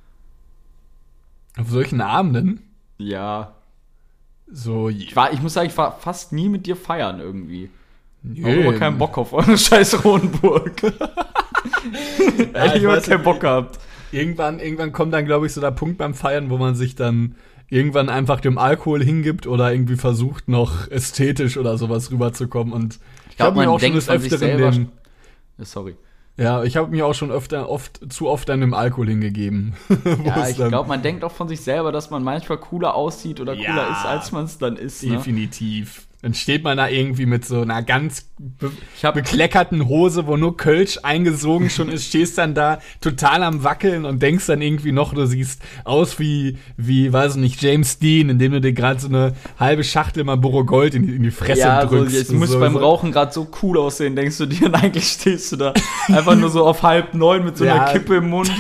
Auf solchen Abenden? Ja. So. Ich muss sagen, ich war fast nie mit dir feiern irgendwie. Ich habe aber keinen Bock auf eure scheiß Rodenburg. Hätte ich immer keinen Bock gehabt. Irgendwann kommt dann, glaube ich, so der Punkt beim Feiern, wo man sich dann irgendwann einfach dem Alkohol hingibt oder irgendwie versucht, noch ästhetisch oder sowas rüberzukommen. Und ich glaube, man auch denkt schon des Öfteren sorry. Ja, ich habe mir auch schon zu oft an dem Alkohol hingegeben. Ja, ich glaube, man denkt auch von sich selber, dass man manchmal cooler aussieht oder cooler ist, als man es dann ist. Ne? Definitiv. Dann steht man da irgendwie mit so einer ganz bekleckerten Hose, wo nur Kölsch eingesogen schon ist, stehst dann da total am Wackeln und denkst dann irgendwie noch, du siehst aus wie weiß ich nicht, James Dean, indem du dir gerade so eine halbe Schachtel Marlboro Gold in die Fresse drückst. Ja, jetzt musst du beim Rauchen gerade so cool aussehen, denkst du dir, und eigentlich stehst du da einfach nur so auf 8:30 mit so einer Kippe im Mund.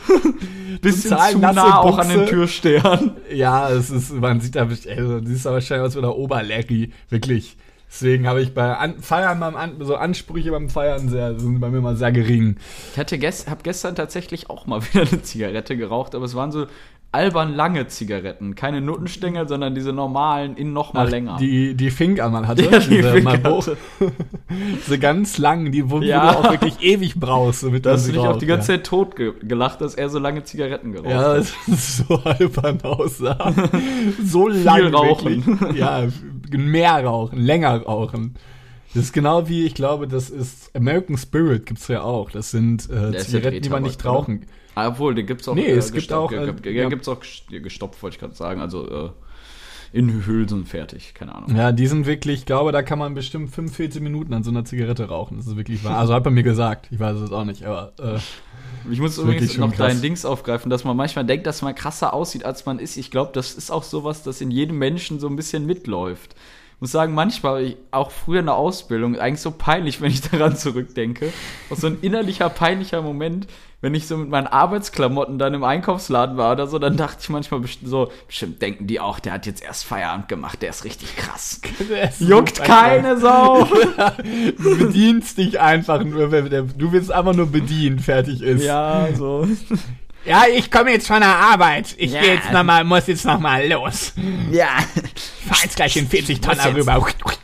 Bisschen zu nah auch an den Türstern. Ja, man sieht da, also, du siehst da wahrscheinlich aus wie der Oberlerry, wirklich. Deswegen habe ich bei Feiern so Ansprüche beim Feiern sind bei mir mal sehr gering. Ich habe gestern tatsächlich auch mal wieder eine Zigarette geraucht, aber es waren so albern lange Zigaretten. Keine Nuttenstängel, sondern diese normalen, noch mal länger. Die Fink einmal hatte? Ja, die Fink hatte. Diese ganz langen, wo du auch wirklich ewig brauchst. Da hast du dich auch die ganze Zeit tot gelacht, dass er so lange Zigaretten geraucht hat. Ja, das ist so albern aussah. So lang Viel rauchen. Wirklich. Ja, mehr rauchen, länger rauchen. Das ist genau wie, ich glaube, das ist American Spirit gibt's ja auch. Das sind Zigaretten, die man nicht rauchen kann. Obwohl, den gibt's auch. Nee, es gibt auch. Gibt's auch gestopft, wollte ich gerade sagen. Also in Hülsen fertig, keine Ahnung. Ja, die sind wirklich, ich glaube, da kann man bestimmt 45 Minuten an so einer Zigarette rauchen. Das ist wirklich wahr. Also hat man mir gesagt. Ich weiß es auch nicht, aber. Ich muss übrigens noch dein Dings aufgreifen, dass man manchmal denkt, dass man krasser aussieht, als man ist. Ich glaube, das ist auch sowas, das in jedem Menschen so ein bisschen mitläuft. Ich muss sagen, manchmal, auch früher in der Ausbildung, eigentlich so peinlich, wenn ich daran zurückdenke. Auch so ein innerlicher, peinlicher Moment, wenn ich so mit meinen Arbeitsklamotten dann im Einkaufsladen war oder so, dann dachte ich manchmal bestimmt denken die auch, der hat jetzt erst Feierabend gemacht, der ist richtig krass. Juckt keine Sau. Du bedienst dich einfach nur, du willst einfach nur bedient, fertig ist. Ja, so. Ja, ich komme jetzt von der Arbeit. Muss jetzt noch mal los. Ja. Ich fahr jetzt gleich in 40 Tonner rüber.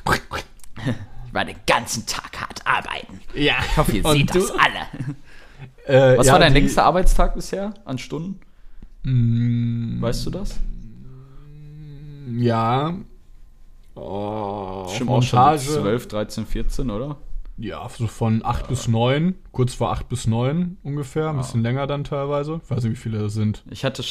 Ich war den ganzen Tag hart arbeiten. Ja. Ich hoffe, ihr seht das alle. Was war dein längster Arbeitstag bisher an Stunden? Weißt du das? Ja. Bestimmt auch schon 12, 13, 14, oder? Ja, so von 8 bis 9, kurz vor 8 bis 9 ungefähr, ein bisschen länger dann teilweise. Ich weiß nicht, wie viele das sind.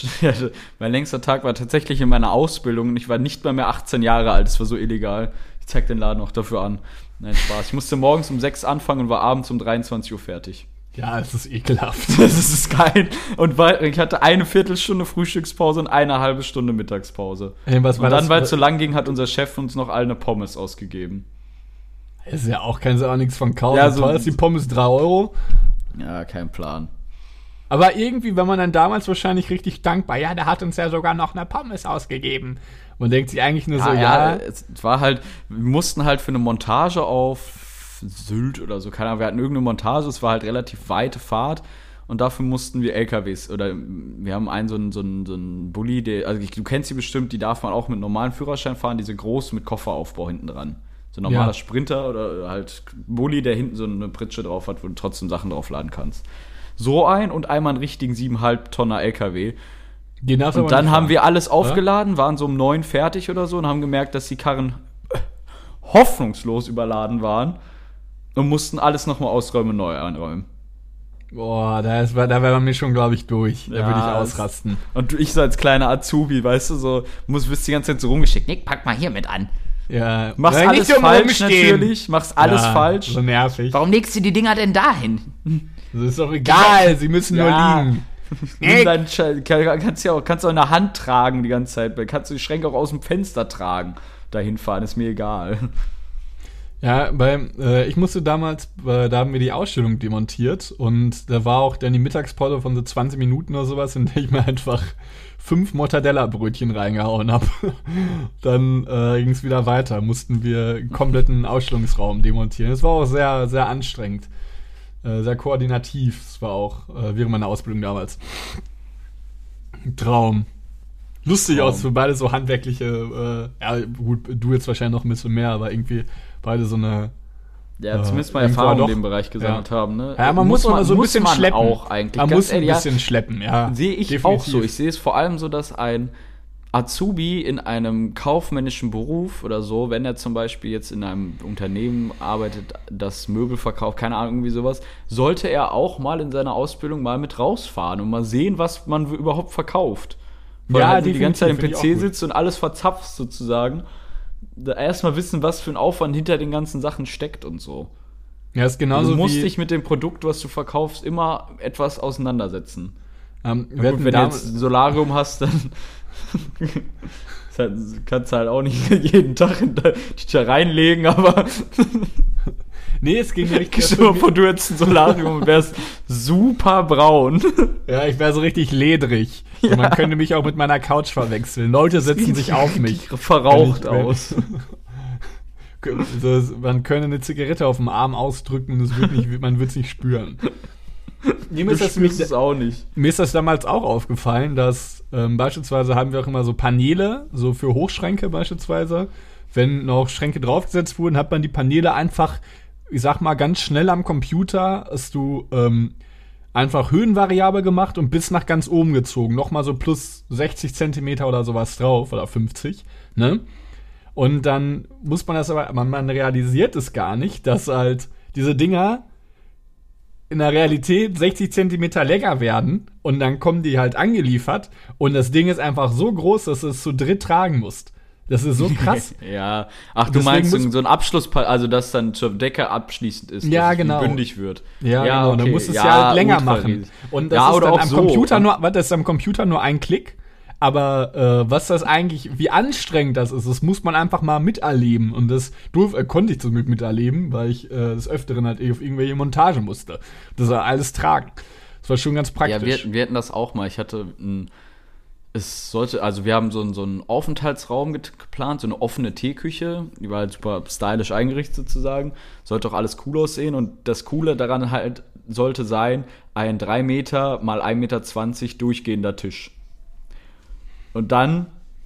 Mein längster Tag war tatsächlich in meiner Ausbildung und ich war nicht mal mehr 18 Jahre alt, das war so illegal. Ich zeig den Laden auch dafür an. Nein, Spaß. Ich musste morgens um 6 anfangen und war abends um 23 Uhr fertig. Ja, es ist ekelhaft. Das ist geil. Und ich hatte eine Viertelstunde Frühstückspause und eine halbe Stunde Mittagspause. Und dann, weil es so lang ging, hat unser Chef uns noch alle eine Pommes ausgegeben. Ist ja auch, kannst du auch nichts von kaufen. Ja, so teuer ist die Pommes 3 Euro. Ja, kein Plan. Aber irgendwie, wenn man dann damals wahrscheinlich richtig dankbar, ja, der hat uns ja sogar noch eine Pommes ausgegeben. Man denkt sich eigentlich nur es war halt, wir mussten halt für eine Montage auf Sylt oder so, keine Ahnung, wir hatten irgendeine Montage, es war halt relativ weite Fahrt und dafür mussten wir LKWs, oder wir haben so einen Bulli, du kennst die bestimmt, die darf man auch mit normalen Führerschein fahren, diese groß mit Kofferaufbau hinten dran. So ein normaler Sprinter oder halt Bulli, der hinten so eine Pritsche drauf hat, wo du trotzdem Sachen draufladen kannst. So und einmal einen richtigen 7,5 Tonner LKW. Und dann haben wir alles aufgeladen, waren so um 9 fertig oder so und haben gemerkt, dass die Karren hoffnungslos überladen waren und mussten alles nochmal ausräumen und neu einräumen. Boah, da wäre man mir schon, glaube ich, durch. Da würde ich ausrasten. Und ich so als kleiner Azubi, weißt du, so, wirst die ganze Zeit so rumgeschickt. Nick, pack mal hier mit an. Ja. Machst alles falsch natürlich. Machst alles falsch. So nervig. Warum legst du die Dinger denn dahin? Das ist doch egal, sie müssen nur liegen. Kannst du auch in der Hand tragen die ganze Zeit. Kannst du die Schränke auch aus dem Fenster tragen. Dahin fahren, ist mir egal. Ja, ich musste damals, da haben wir die Ausstellung demontiert und da war auch dann die Mittagspause von so 20 Minuten oder sowas, in der ich mir einfach 5 Mortadella-Brötchen reingehauen habe. Dann ging es wieder weiter, mussten wir einen kompletten Ausstellungsraum demontieren. Das war auch sehr, sehr anstrengend. Sehr koordinativ. Das war auch während meiner Ausbildung damals. Traum. Lustig aus für beide so handwerkliche, ja gut, du jetzt wahrscheinlich noch ein bisschen mehr, aber irgendwie beide so eine... Ja, zumindest mal Erfahrung in dem Bereich gesammelt haben, ne? Ja, man muss mal so ein bisschen schleppen. Auch eigentlich. Man muss ein bisschen schleppen, ja. Sehe ich definitiv auch so. Ich sehe es vor allem so, dass ein Azubi in einem kaufmännischen Beruf oder so, wenn er zum Beispiel jetzt in einem Unternehmen arbeitet, das Möbel verkauft, keine Ahnung, irgendwie sowas, sollte er auch mal in seiner Ausbildung mal mit rausfahren und mal sehen, was man überhaupt verkauft. Weil Ja, halt die ganze Zeit im definitiv, finde ich PC auch gut. sitzt und alles verzapft sozusagen. Erstmal wissen, was für ein Aufwand hinter den ganzen Sachen steckt und so. Ja, ist genauso Du musst wie, dich mit dem Produkt, was du verkaufst, immer etwas auseinandersetzen. wir Gut, hatten wenn du jetzt ein Solarium hast, dann kannst du halt auch nicht jeden Tag dich da reinlegen, aber nee, es ging richtig. stell dir mal vor, du hättest ein Solarium und wärst super braun. Ja, ich wäre so richtig ledrig. So, man könnte mich auch mit meiner Couch verwechseln. Leute setzen sich auf mich. Verraucht Wenn ich- aus. Man könnte eine Zigarette auf dem Arm ausdrücken und man wird es nicht spüren. Nee, Du spürst es auch nicht. Mir ist das damals auch aufgefallen, dass beispielsweise haben wir auch immer so Paneele, so für Hochschränke beispielsweise. Wenn noch Schränke draufgesetzt wurden, hat man die Paneele einfach, ich sag mal, ganz schnell am Computer, hast du einfach höhenvariabel gemacht und bis nach ganz oben gezogen. Nochmal so plus 60 Zentimeter oder sowas drauf, oder 50, ne? Und dann muss man das aber, man realisiert es gar nicht, dass halt diese Dinger in der Realität 60 Zentimeter länger werden und dann kommen die halt angeliefert und das Ding ist einfach so groß, dass du es zu dritt tragen musst. Das ist so krass. Ja. Ach, du Deswegen meinst muss- so ein Abschluss, also dass dann zur Decke abschließend ist, Ja, dass es genau. bündig wird. Ja, genau. Dann okay. musst du es ja halt länger ultra machen. riesig. Und das Ja, ist oder dann auch am so. Computer nur, warte, das ist am Computer nur ein Klick. Aber was das eigentlich, wie anstrengend das ist, das muss man einfach mal miterleben. Und das konnte ich zum Glück miterleben, weil ich des Öfteren halt auf irgendwelche Montage musste. Das war alles tragen. Das war schon ganz praktisch. Ja, wir hatten das auch mal. Wir haben so einen Aufenthaltsraum geplant, so eine offene Teeküche, die war halt super stylisch eingerichtet sozusagen. Sollte auch alles cool aussehen und das Coole daran halt sollte sein, ein 3 Meter mal 1,20 Meter durchgehender Tisch. Und dann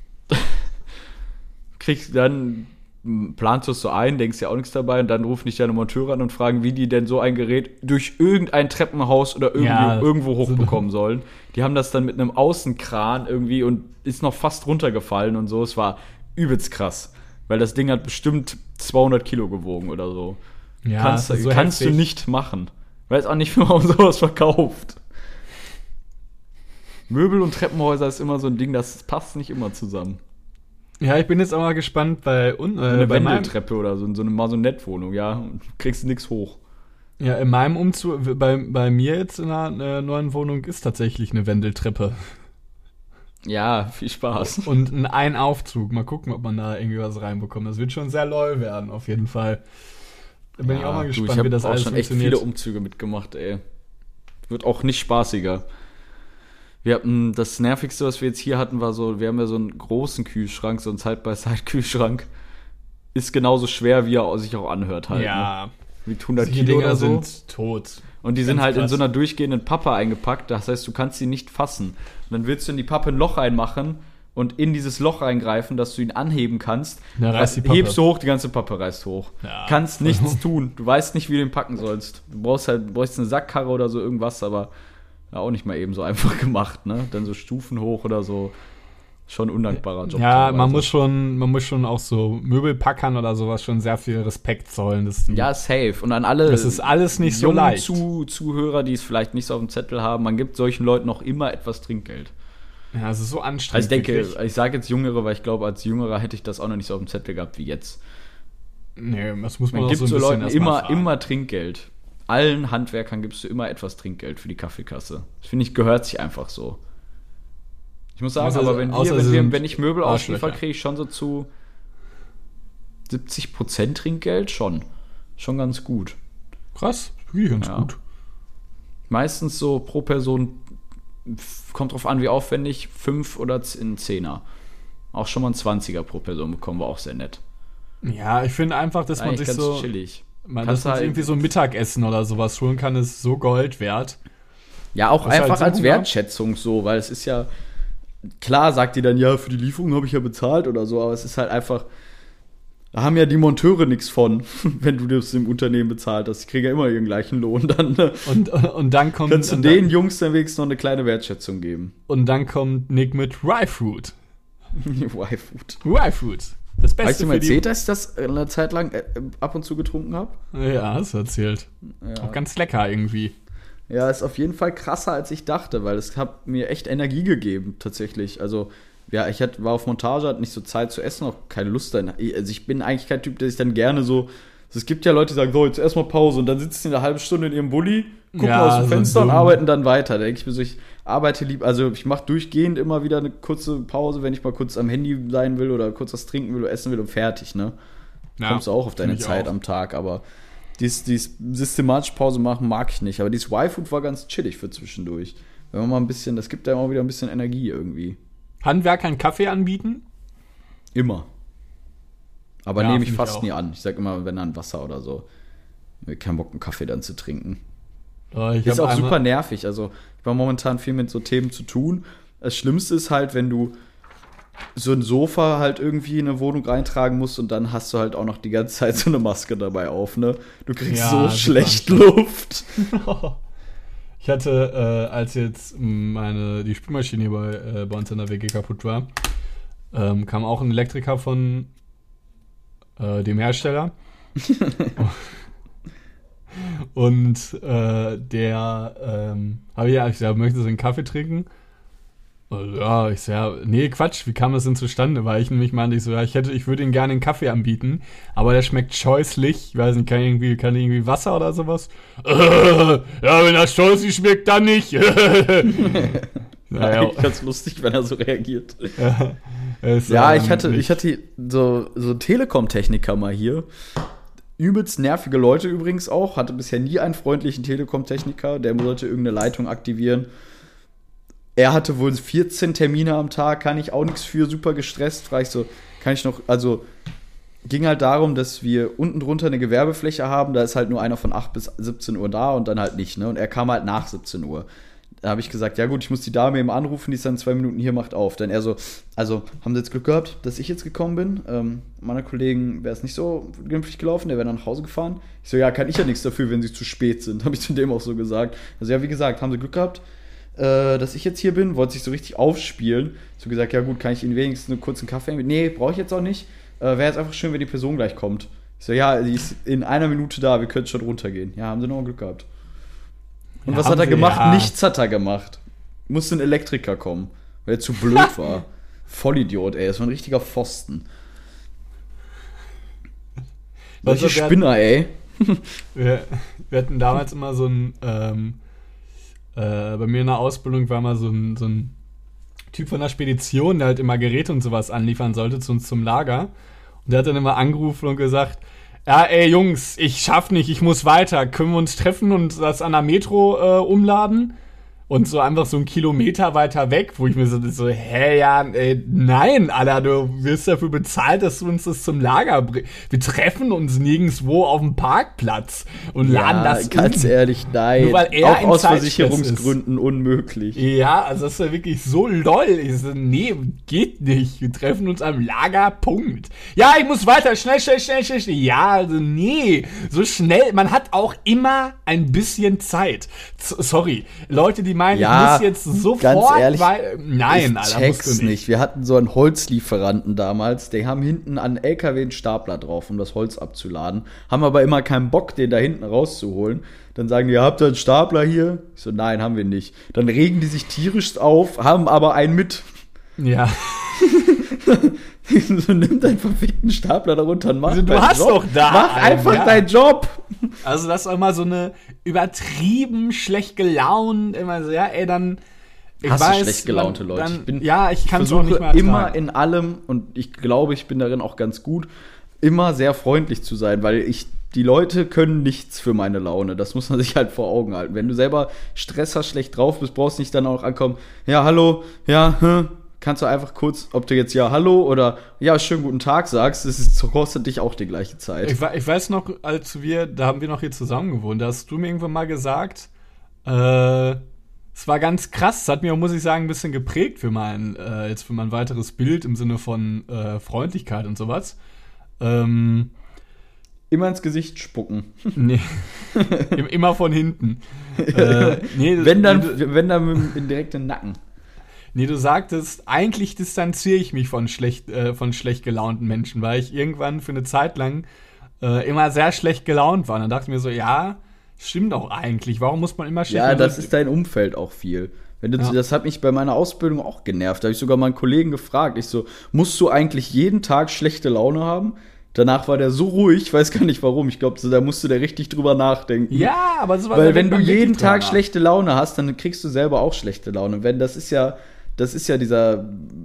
planst du es so ein, denkst ja auch nichts dabei und dann rufen dich deine Monteure an und fragen, wie die denn so ein Gerät durch irgendein Treppenhaus oder irgendwo hochbekommen sollen. Die haben das dann mit einem Außenkran irgendwie und ist noch fast runtergefallen und so. Es war übelst krass, weil das Ding hat bestimmt 200 Kilo gewogen oder so. Ja, kannst das ist so du heftig. nicht machen. Weiß auch nicht, wie man sowas verkauft. Möbel und Treppenhäuser ist immer so ein Ding, das passt nicht immer zusammen. Ja, ich bin jetzt auch mal gespannt So eine bei meinem, Wendeltreppe oder so, in so eine Maisonette-Wohnung, ja. Und du kriegst nix hoch. ja, in meinem Umzug, bei mir jetzt in einer neuen Wohnung ist tatsächlich eine Wendeltreppe. Ja, viel Spaß. Und ein Aufzug. Mal gucken, ob man da irgendwie was reinbekommt. Das wird schon sehr lol werden, auf jeden Fall. Da bin ich auch mal gespannt, wie das auch alles schon echt funktioniert. viele Umzüge mitgemacht, ey. Wird auch nicht spaßiger. Das Nervigste, was wir jetzt hier hatten, war so, wir haben ja so einen großen Kühlschrank, so einen Side-by-Side-Kühlschrank. Ist genauso schwer, wie er sich auch anhört halt. Ne? Ja, Mit 100 die Kilo Dinger oder so. sind tot. Und die sind Ganz halt in krass. so einer durchgehenden Pappe eingepackt. Das heißt, du kannst sie nicht fassen. Und dann willst du in die Pappe ein Loch reinmachen und in dieses Loch reingreifen, dass du ihn anheben kannst. Ja, reißt die Pappe. Hebst du hoch, die ganze Pappe reißt hoch. Ja. Kannst nichts tun. Du weißt nicht, wie du ihn packen sollst. Du brauchst eine Sackkarre oder so irgendwas, aber ja, auch nicht mal eben so einfach gemacht, ne? Dann so Stufen hoch oder so. Schon ein undankbarer Job. Ja, teilweise. man muss schon auch so Möbelpackern oder sowas schon sehr viel Respekt zollen. Ja, safe. Und an alle Das ist alles nicht so jungen leicht. Zuhörer, die es vielleicht nicht so auf dem Zettel haben, man gibt solchen Leuten auch immer etwas Trinkgeld. Ja, es ist so Also anstrengend. ich denke, wirklich. ich sage jetzt Jüngere, weil ich glaube, als Jüngerer hätte ich das auch noch nicht so auf dem Zettel gehabt wie jetzt. Nee, das muss man, Man auch gibt so ein so bisschen Leuten erst mal fragen. immer Trinkgeld. Allen Handwerkern gibst du immer etwas Trinkgeld für die Kaffeekasse. Das finde ich, gehört sich einfach so. Ich muss sagen, aber wenn ich Möbel ausliefer, Arschlöcher. kriege ich schon so zu 70% Trinkgeld schon. Schon ganz gut. Krass, wirklich ganz Ja. gut. Meistens so pro Person, kommt drauf an, wie aufwendig, 5 oder 10er. Auch schon mal ein 20er pro Person bekommen wir auch sehr nett. Ja, ich finde einfach, dass man Eigentlich sich ganz so, chillig. dass man Kannst sich halt- irgendwie so ein Mittagessen oder sowas holen kann, ist so Gold wert. Ja, auch Das ist einfach halt so als Hunger. Wertschätzung so, weil es ist ja, klar sagt die dann, ja, für die Lieferung habe ich ja bezahlt oder so, aber es ist halt einfach, da haben ja die Monteure nichts von, wenn du das im Unternehmen bezahlt hast. Die kriegen ja immer ihren gleichen Lohn. Dann Und dann kommt kannst du und den dann, Jungs dann wenigstens noch eine kleine Wertschätzung geben. und dann kommt Nick mit Rye Fruit. Y-Food. Y-Food. Das Beste. Hast du mir erzählt, dass ich das eine Zeit lang ab und zu getrunken habe? Ja, hast du erzählt. Ja. Auch ganz lecker irgendwie. Ja, ist auf jeden Fall krasser, als ich dachte, weil es hat mir echt Energie gegeben, tatsächlich. Also, ja, war auf Montage, hatte nicht so Zeit zu essen, auch keine Lust dann. Also, ich bin eigentlich kein Typ, der sich dann gerne so. Also, es gibt ja Leute, die sagen, so, jetzt erstmal Pause und dann sitzen sie eine halbe Stunde in ihrem Bulli, gucken aus dem Fenster und arbeiten dann weiter. Da denke ich mir so, ich arbeite lieb, also ich mache durchgehend immer wieder eine kurze Pause, wenn ich mal kurz am Handy sein will oder kurz was trinken will oder essen will und fertig, ne? Ja, kommst du auch auf deine Zeit am Tag, aber dies systematische Pause machen mag ich nicht. Aber dieses Y-Food war ganz chillig für zwischendurch. Wenn man mal ein bisschen, das gibt ja auch wieder ein bisschen Energie irgendwie. Handwerkern Kaffee anbieten? Immer. Aber Ja, nehme ich find fast ich auch. nie an. Ich sag immer, wenn dann Wasser oder so. Ich hab keinen Bock, einen Kaffee dann zu trinken. Ist auch super nervig. Also, ich war momentan viel mit so Themen zu tun. Das Schlimmste ist halt, wenn du so ein Sofa halt irgendwie in eine Wohnung reintragen musst und dann hast du halt auch noch die ganze Zeit so eine Maske dabei auf, ne? Du kriegst so schlecht Luft. Ich hatte, als jetzt die Spülmaschine hier bei uns in der WG kaputt war, kam auch ein Elektriker von dem Hersteller. Und der habe ich gesagt, möchtest du einen Kaffee trinken? Ja, ich sag, nee, Quatsch, wie kam das denn zustande? Weil ich nämlich meinte, ich würde ihm gerne einen Kaffee anbieten, aber der schmeckt scheußlich. Ich weiß nicht, kann irgendwie Wasser oder sowas? Ja, wenn das scheußlich schmeckt, dann nicht. Naja, ganz lustig, wenn er so reagiert. Ja, ich hatte so Telekom-Techniker mal hier. Übelst nervige Leute übrigens auch. Hatte bisher nie einen freundlichen Telekom-Techniker. Der sollte irgendeine Leitung aktivieren. Er hatte wohl 14 Termine am Tag, kann ich auch nichts für, super gestresst. Frage ich so, kann ich noch, also ging halt darum, dass wir unten drunter eine Gewerbefläche haben, da ist halt nur einer von 8 bis 17 Uhr da und dann halt nicht, ne? Und er kam halt nach 17 Uhr. Da habe ich gesagt, ja gut, ich muss die Dame eben anrufen, die ist dann 2 Minuten hier, macht auf. Dann er so, also haben Sie jetzt Glück gehabt, dass ich jetzt gekommen bin? Meiner Kollegen wäre es nicht so glimpflich gelaufen, der wäre dann nach Hause gefahren. Ich so, ja, kann ich ja nichts dafür, wenn Sie zu spät sind, habe ich zu dem auch so gesagt. Also ja, wie gesagt, haben Sie Glück gehabt, dass ich jetzt hier bin, wollte sich so richtig aufspielen. So gesagt, ja gut, kann ich Ihnen wenigstens einen kurzen Kaffee mit? Nee, brauche ich jetzt auch nicht. Wäre jetzt einfach schön, wenn die Person gleich kommt. Ich so, ja, die ist in 1 Minute da, wir können schon runtergehen. Ja, haben Sie noch Glück gehabt. Und ja, was hat er gemacht? Ja. Nichts hat er gemacht. Musste ein Elektriker kommen, weil er zu blöd war. Vollidiot, ey, das war ein richtiger Pfosten. Welche Spinner, ey. Wir hatten damals immer so ein bei mir in der Ausbildung war mal so ein Typ von der Spedition, der halt immer Geräte und sowas anliefern sollte zu uns zum Lager. Und der hat dann immer angerufen und gesagt, ja, ey Jungs, ich schaff nicht, ich muss weiter. Können wir uns treffen und das an der Metro umladen? Und so einfach so 1 Kilometer weiter weg, wo ich mir so nein, Alter, du wirst dafür bezahlt, dass du uns das zum Lager bringst. Wir treffen uns nirgendwo auf dem Parkplatz und laden das ganz ehrlich, nein. Nur weil er auch aus Versicherungsgründen unmöglich. Ja, also das ist ja wirklich so lol. Ich so, nee, geht nicht. Wir treffen uns am Lager, Punkt. Ja, ich muss weiter, schnell. Ja, also nee, so schnell. Man hat auch immer ein bisschen Zeit. Sorry, Leute, die meinen, ich muss jetzt sofort, ganz ehrlich, nein, Alter, musst du nicht. Wir hatten so einen Holzlieferanten damals, die haben hinten an LKW einen Stapler drauf, um das Holz abzuladen, haben aber immer keinen Bock, den da hinten rauszuholen. Dann sagen die, habt ihr einen Stapler hier? Ich so, nein, haben wir nicht. Dann regen die sich tierisch auf, haben aber einen mit. Ja. So, nimm deinen verfickten Stapler darunter und mach also, du hast Job. Doch da. Mach einfach deinen Job. Also das ist immer so eine übertrieben schlecht gelaunt, immer so, ja, ey, dann ich weiß, schlecht gelaunte Leute. Ich kann es auch nicht mehr ertragen. Immer in allem, und ich glaube, ich bin darin auch ganz gut, immer sehr freundlich zu sein, weil die Leute können nichts für meine Laune. Das muss man sich halt vor Augen halten. Wenn du selber Stress hast, schlecht drauf bist, brauchst du nicht dann auch ankommen, ja, hallo, ja, kannst du einfach kurz, ob du jetzt ja, hallo oder ja, schönen guten Tag sagst, das kostet dich auch die gleiche Zeit. Ich weiß noch, da haben wir noch hier zusammen gewohnt, da hast du mir irgendwann mal gesagt, es war ganz krass, das hat mir auch, muss ich sagen, ein bisschen geprägt für mein weiteres Bild im Sinne von Freundlichkeit und sowas. Immer ins Gesicht spucken. Nee, immer von hinten. Wenn dann direkt in den Nacken. Nee, du sagtest, eigentlich distanziere ich mich von schlecht gelaunten Menschen, weil ich irgendwann für eine Zeit lang immer sehr schlecht gelaunt war. Und dann dachte ich mir so, ja, stimmt auch eigentlich. Warum muss man immer schlecht Ja, das ist dein Umfeld auch viel. Das hat mich bei meiner Ausbildung auch genervt. Da habe ich sogar mal einen Kollegen gefragt. Ich so, musst du eigentlich jeden Tag schlechte Laune haben? Danach war der so ruhig, ich weiß gar nicht warum. Ich glaube, da musste der richtig drüber nachdenken. Ja, aber so was. Weil wenn du jeden Tag schlechte Laune hast, dann kriegst du selber auch schlechte Laune. Das ist ja dieser,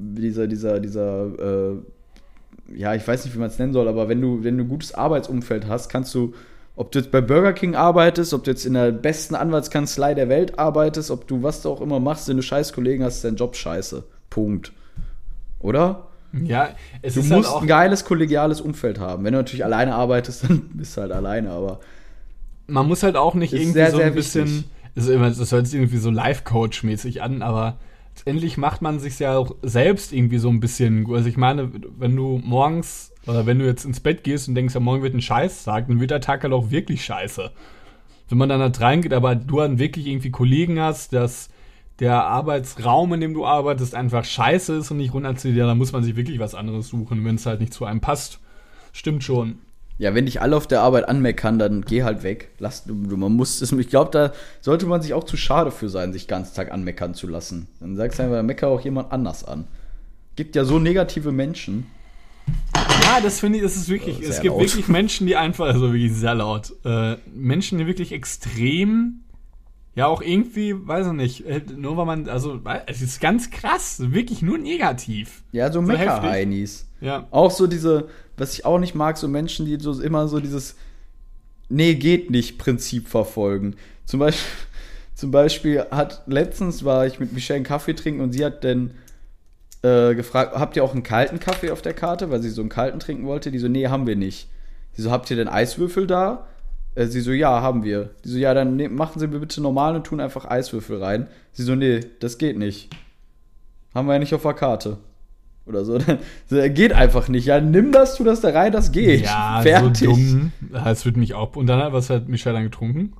ja, ich weiß nicht, wie man es nennen soll, aber wenn du ein gutes Arbeitsumfeld hast, kannst du, ob du jetzt bei Burger King arbeitest, ob du jetzt in der besten Anwaltskanzlei der Welt arbeitest, ob du was du auch immer machst, wenn du scheiß Kollegen hast, ist dein Job scheiße. Punkt. Oder? Ja, du musst halt auch ein geiles, kollegiales Umfeld haben. Wenn du natürlich alleine arbeitest, dann bist du halt alleine, aber man muss halt auch nicht irgendwie sehr, so ein sehr bisschen, das hört sich irgendwie so Life-Coach-mäßig an, aber letztendlich macht man sich ja auch selbst irgendwie so ein bisschen, also ich meine, wenn du morgens, oder wenn du jetzt ins Bett gehst und denkst, ja, morgen wird ein Scheißtag, dann wird der Tag halt auch wirklich scheiße. Wenn man dann halt reingeht, aber du dann wirklich irgendwie Kollegen hast, dass der Arbeitsraum, in dem du arbeitest, einfach scheiße ist und nicht runterzieht, ja, dann muss man sich wirklich was anderes suchen, wenn es halt nicht zu einem passt. Stimmt schon. Ja, wenn dich alle auf der Arbeit anmeckern, dann geh halt weg. Ich glaube, da sollte man sich auch zu schade für sein, sich den ganzen Tag anmeckern zu lassen. Dann sagst du einfach, mecker auch jemand anders an. Gibt ja so negative Menschen. Ja, das finde ich, das ist wirklich, es gibt wirklich Menschen, die einfach, also wirklich sehr laut, Menschen, die wirklich extrem, ja auch irgendwie, weiß ich nicht, nur weil man, also es ist ganz krass, wirklich nur negativ. Ja, so Mecker-Heinis. Ja. Auch so diese, was ich auch nicht mag, so Menschen, die so immer so dieses Nee, geht nicht Prinzip verfolgen. Zum Beispiel letztens war ich mit Michelle einen Kaffee trinken und sie hat dann gefragt, habt ihr auch einen kalten Kaffee auf der Karte, weil sie so einen kalten trinken wollte. Die so, nee, haben wir nicht. Sie so, habt ihr denn Eiswürfel da? Sie so, ja, haben wir. Die so, ja, dann machen Sie mir bitte normal und tun einfach Eiswürfel rein. Sie so, nee, das geht nicht. Haben wir ja nicht auf der Karte. Oder so. Geht einfach nicht. Ja, nimm das, tu das da rein, das geht. Ja, fertig. So dumm. Das wird mich auch. Und dann, was hat Michelle dann getrunken?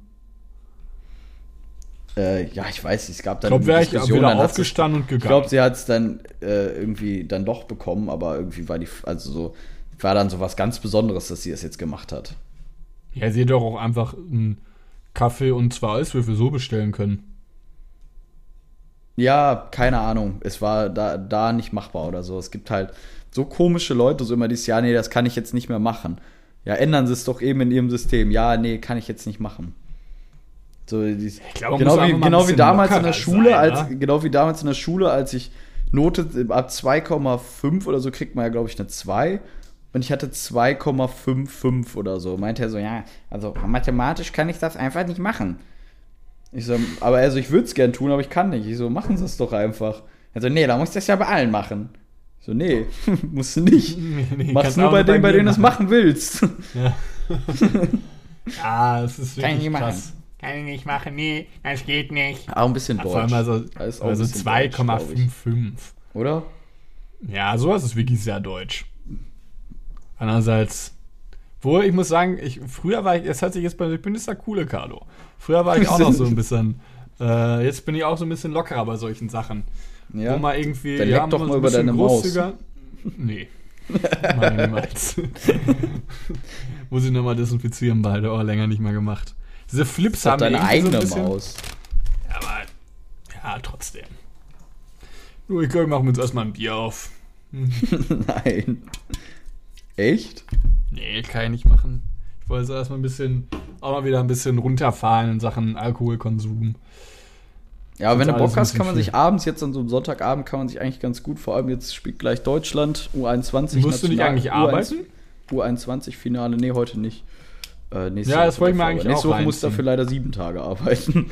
Ja, ich weiß nicht, es gab dann eine Diskussion. Ich glaube, wieder aufgestanden und gegangen. Ich glaube, sie hat es dann irgendwie dann doch bekommen, aber irgendwie war dann so was ganz Besonderes, dass sie es jetzt gemacht hat. Ja, sie hätte doch auch einfach einen Kaffee und 2 Eiswürfel so bestellen können. Ja, keine Ahnung. Es war da nicht machbar oder so. Es gibt halt so komische Leute, so immer dieses, ja, nee, das kann ich jetzt nicht mehr machen. Ja, ändern Sie es doch eben in Ihrem System. Ja, nee, kann ich jetzt nicht machen. So, genau wie damals in der Schule, als ich Note ab 2,5 oder so kriegt man ja, glaube ich, eine 2. Und ich hatte 2,55 oder so. Meinte er so, ja, also mathematisch kann ich das einfach nicht machen. Ich so, aber also ich würde es gern tun, aber ich kann nicht. Ich so, machen Sie es doch einfach. Er so, nee, da musst du das ja bei allen machen. Ich so, nee, musst du nicht. Nee, mach's nur bei denen du es machen willst. Ja. Ja, es ist wirklich krass. Kann ich nicht machen, nee, das geht nicht. Auch ein bisschen deutsch. Vor allem also 2,55. Oder? Ja, sowas ist wirklich sehr deutsch. Andererseits, ich muss sagen, früher war ich, ich bin jetzt der coole Carlo. Früher war ich auch noch so ein bisschen, jetzt bin ich auch so ein bisschen lockerer bei solchen Sachen. Ja. Wo man irgendwie, dann leck doch mal über deine Maus. Nee. Mal niemals. Muss ich nochmal desinfizieren, beide auch länger nicht mehr gemacht. Diese Flips haben deine eigene so Maus. Ja, aber ja, trotzdem. Nur, ich glaube, wir machen uns erstmal ein Bier auf. Nein. Echt? Nee, kann ich nicht machen. Ich wollte so erstmal auch mal wieder ein bisschen runterfahren in Sachen Alkoholkonsum. Ja, aber wenn du Bock hast, kann man sich abends, jetzt an so einem Sonntagabend, kann man sich eigentlich ganz gut, vor allem jetzt spielt gleich Deutschland, U21. Musst du nicht eigentlich arbeiten? U21-Finale, nee, heute nicht. Ja, das wollte ich mir eigentlich auch nächste Woche musst du dafür leider 7 Tage arbeiten.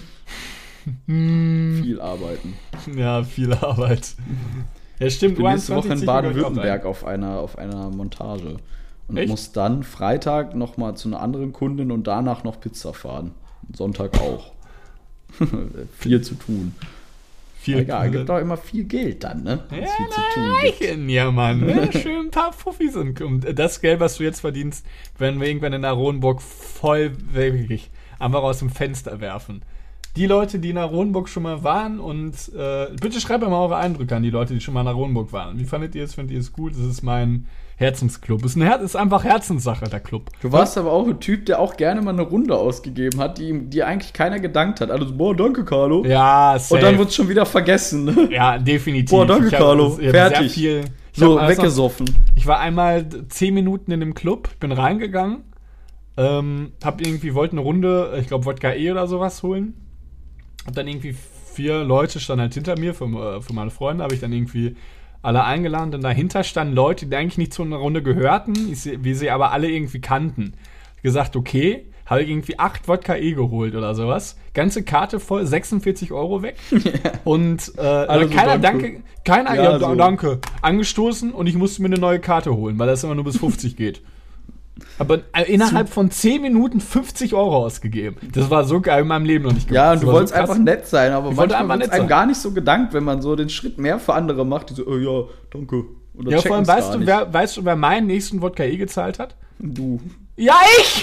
Viel arbeiten. Ja, viel Arbeit. Ja, stimmt. Ich bin nächste Woche in Baden-Württemberg auf einer Montage. Und muss dann Freitag nochmal zu einer anderen Kundin und danach noch Pizza fahren. Sonntag auch. Viel zu tun. Egal, gibt auch immer viel Geld dann, ne? Ja, viel zu tun gibt. Ja, Mann. Ne? Schön ein paar Fuffis und das Geld, was du jetzt verdienst, werden wir irgendwann in Aronburg voll wirklich einfach aus dem Fenster werfen. die Leute, die nach Ronburg schon mal waren und bitte schreibt mir mal eure Eindrücke an die Leute, die schon mal nach Ronburg waren. Wie fandet ihr es? Findet ihr es gut? Das ist mein Herzensclub. Ist einfach Herzenssache, der Club. Du warst aber auch ein Typ, der auch gerne mal eine Runde ausgegeben hat, die eigentlich keiner gedankt hat. Also, boah, danke, Carlo. Ja, safe. Und dann wird es schon wieder vergessen. Ne? Ja, definitiv. Boah, danke, Carlo. Fertig. Weggesoffen. Ich war einmal 10 Minuten in dem Club, bin reingegangen, wollte eine Runde, ich glaube Wodka oder sowas holen. Hab dann irgendwie 4 Leute standen halt hinter mir, für meine Freunde, habe ich dann irgendwie alle eingeladen. Dann dahinter standen Leute, die eigentlich nicht zu einer Runde gehörten, wie sie aber alle irgendwie kannten. Gesagt, okay, habe ich irgendwie 8 Wodka geholt oder sowas. Ganze Karte voll, 46 € weg. Und keiner, danke. Angestoßen und ich musste mir eine neue Karte holen, weil das immer nur bis 50 geht. Aber innerhalb von 10 Minuten 50 € ausgegeben. Das war so geil in meinem Leben noch nicht gemacht. Ja, und du wolltest so einfach nett sein, aber manchmal wird es einem gar nicht so gedankt, wenn man so den Schritt mehr für andere macht. Die so, ja, danke. Oder ja, vor allem weißt du, wer meinen nächsten Wodka gezahlt hat? Du. Ja, ich!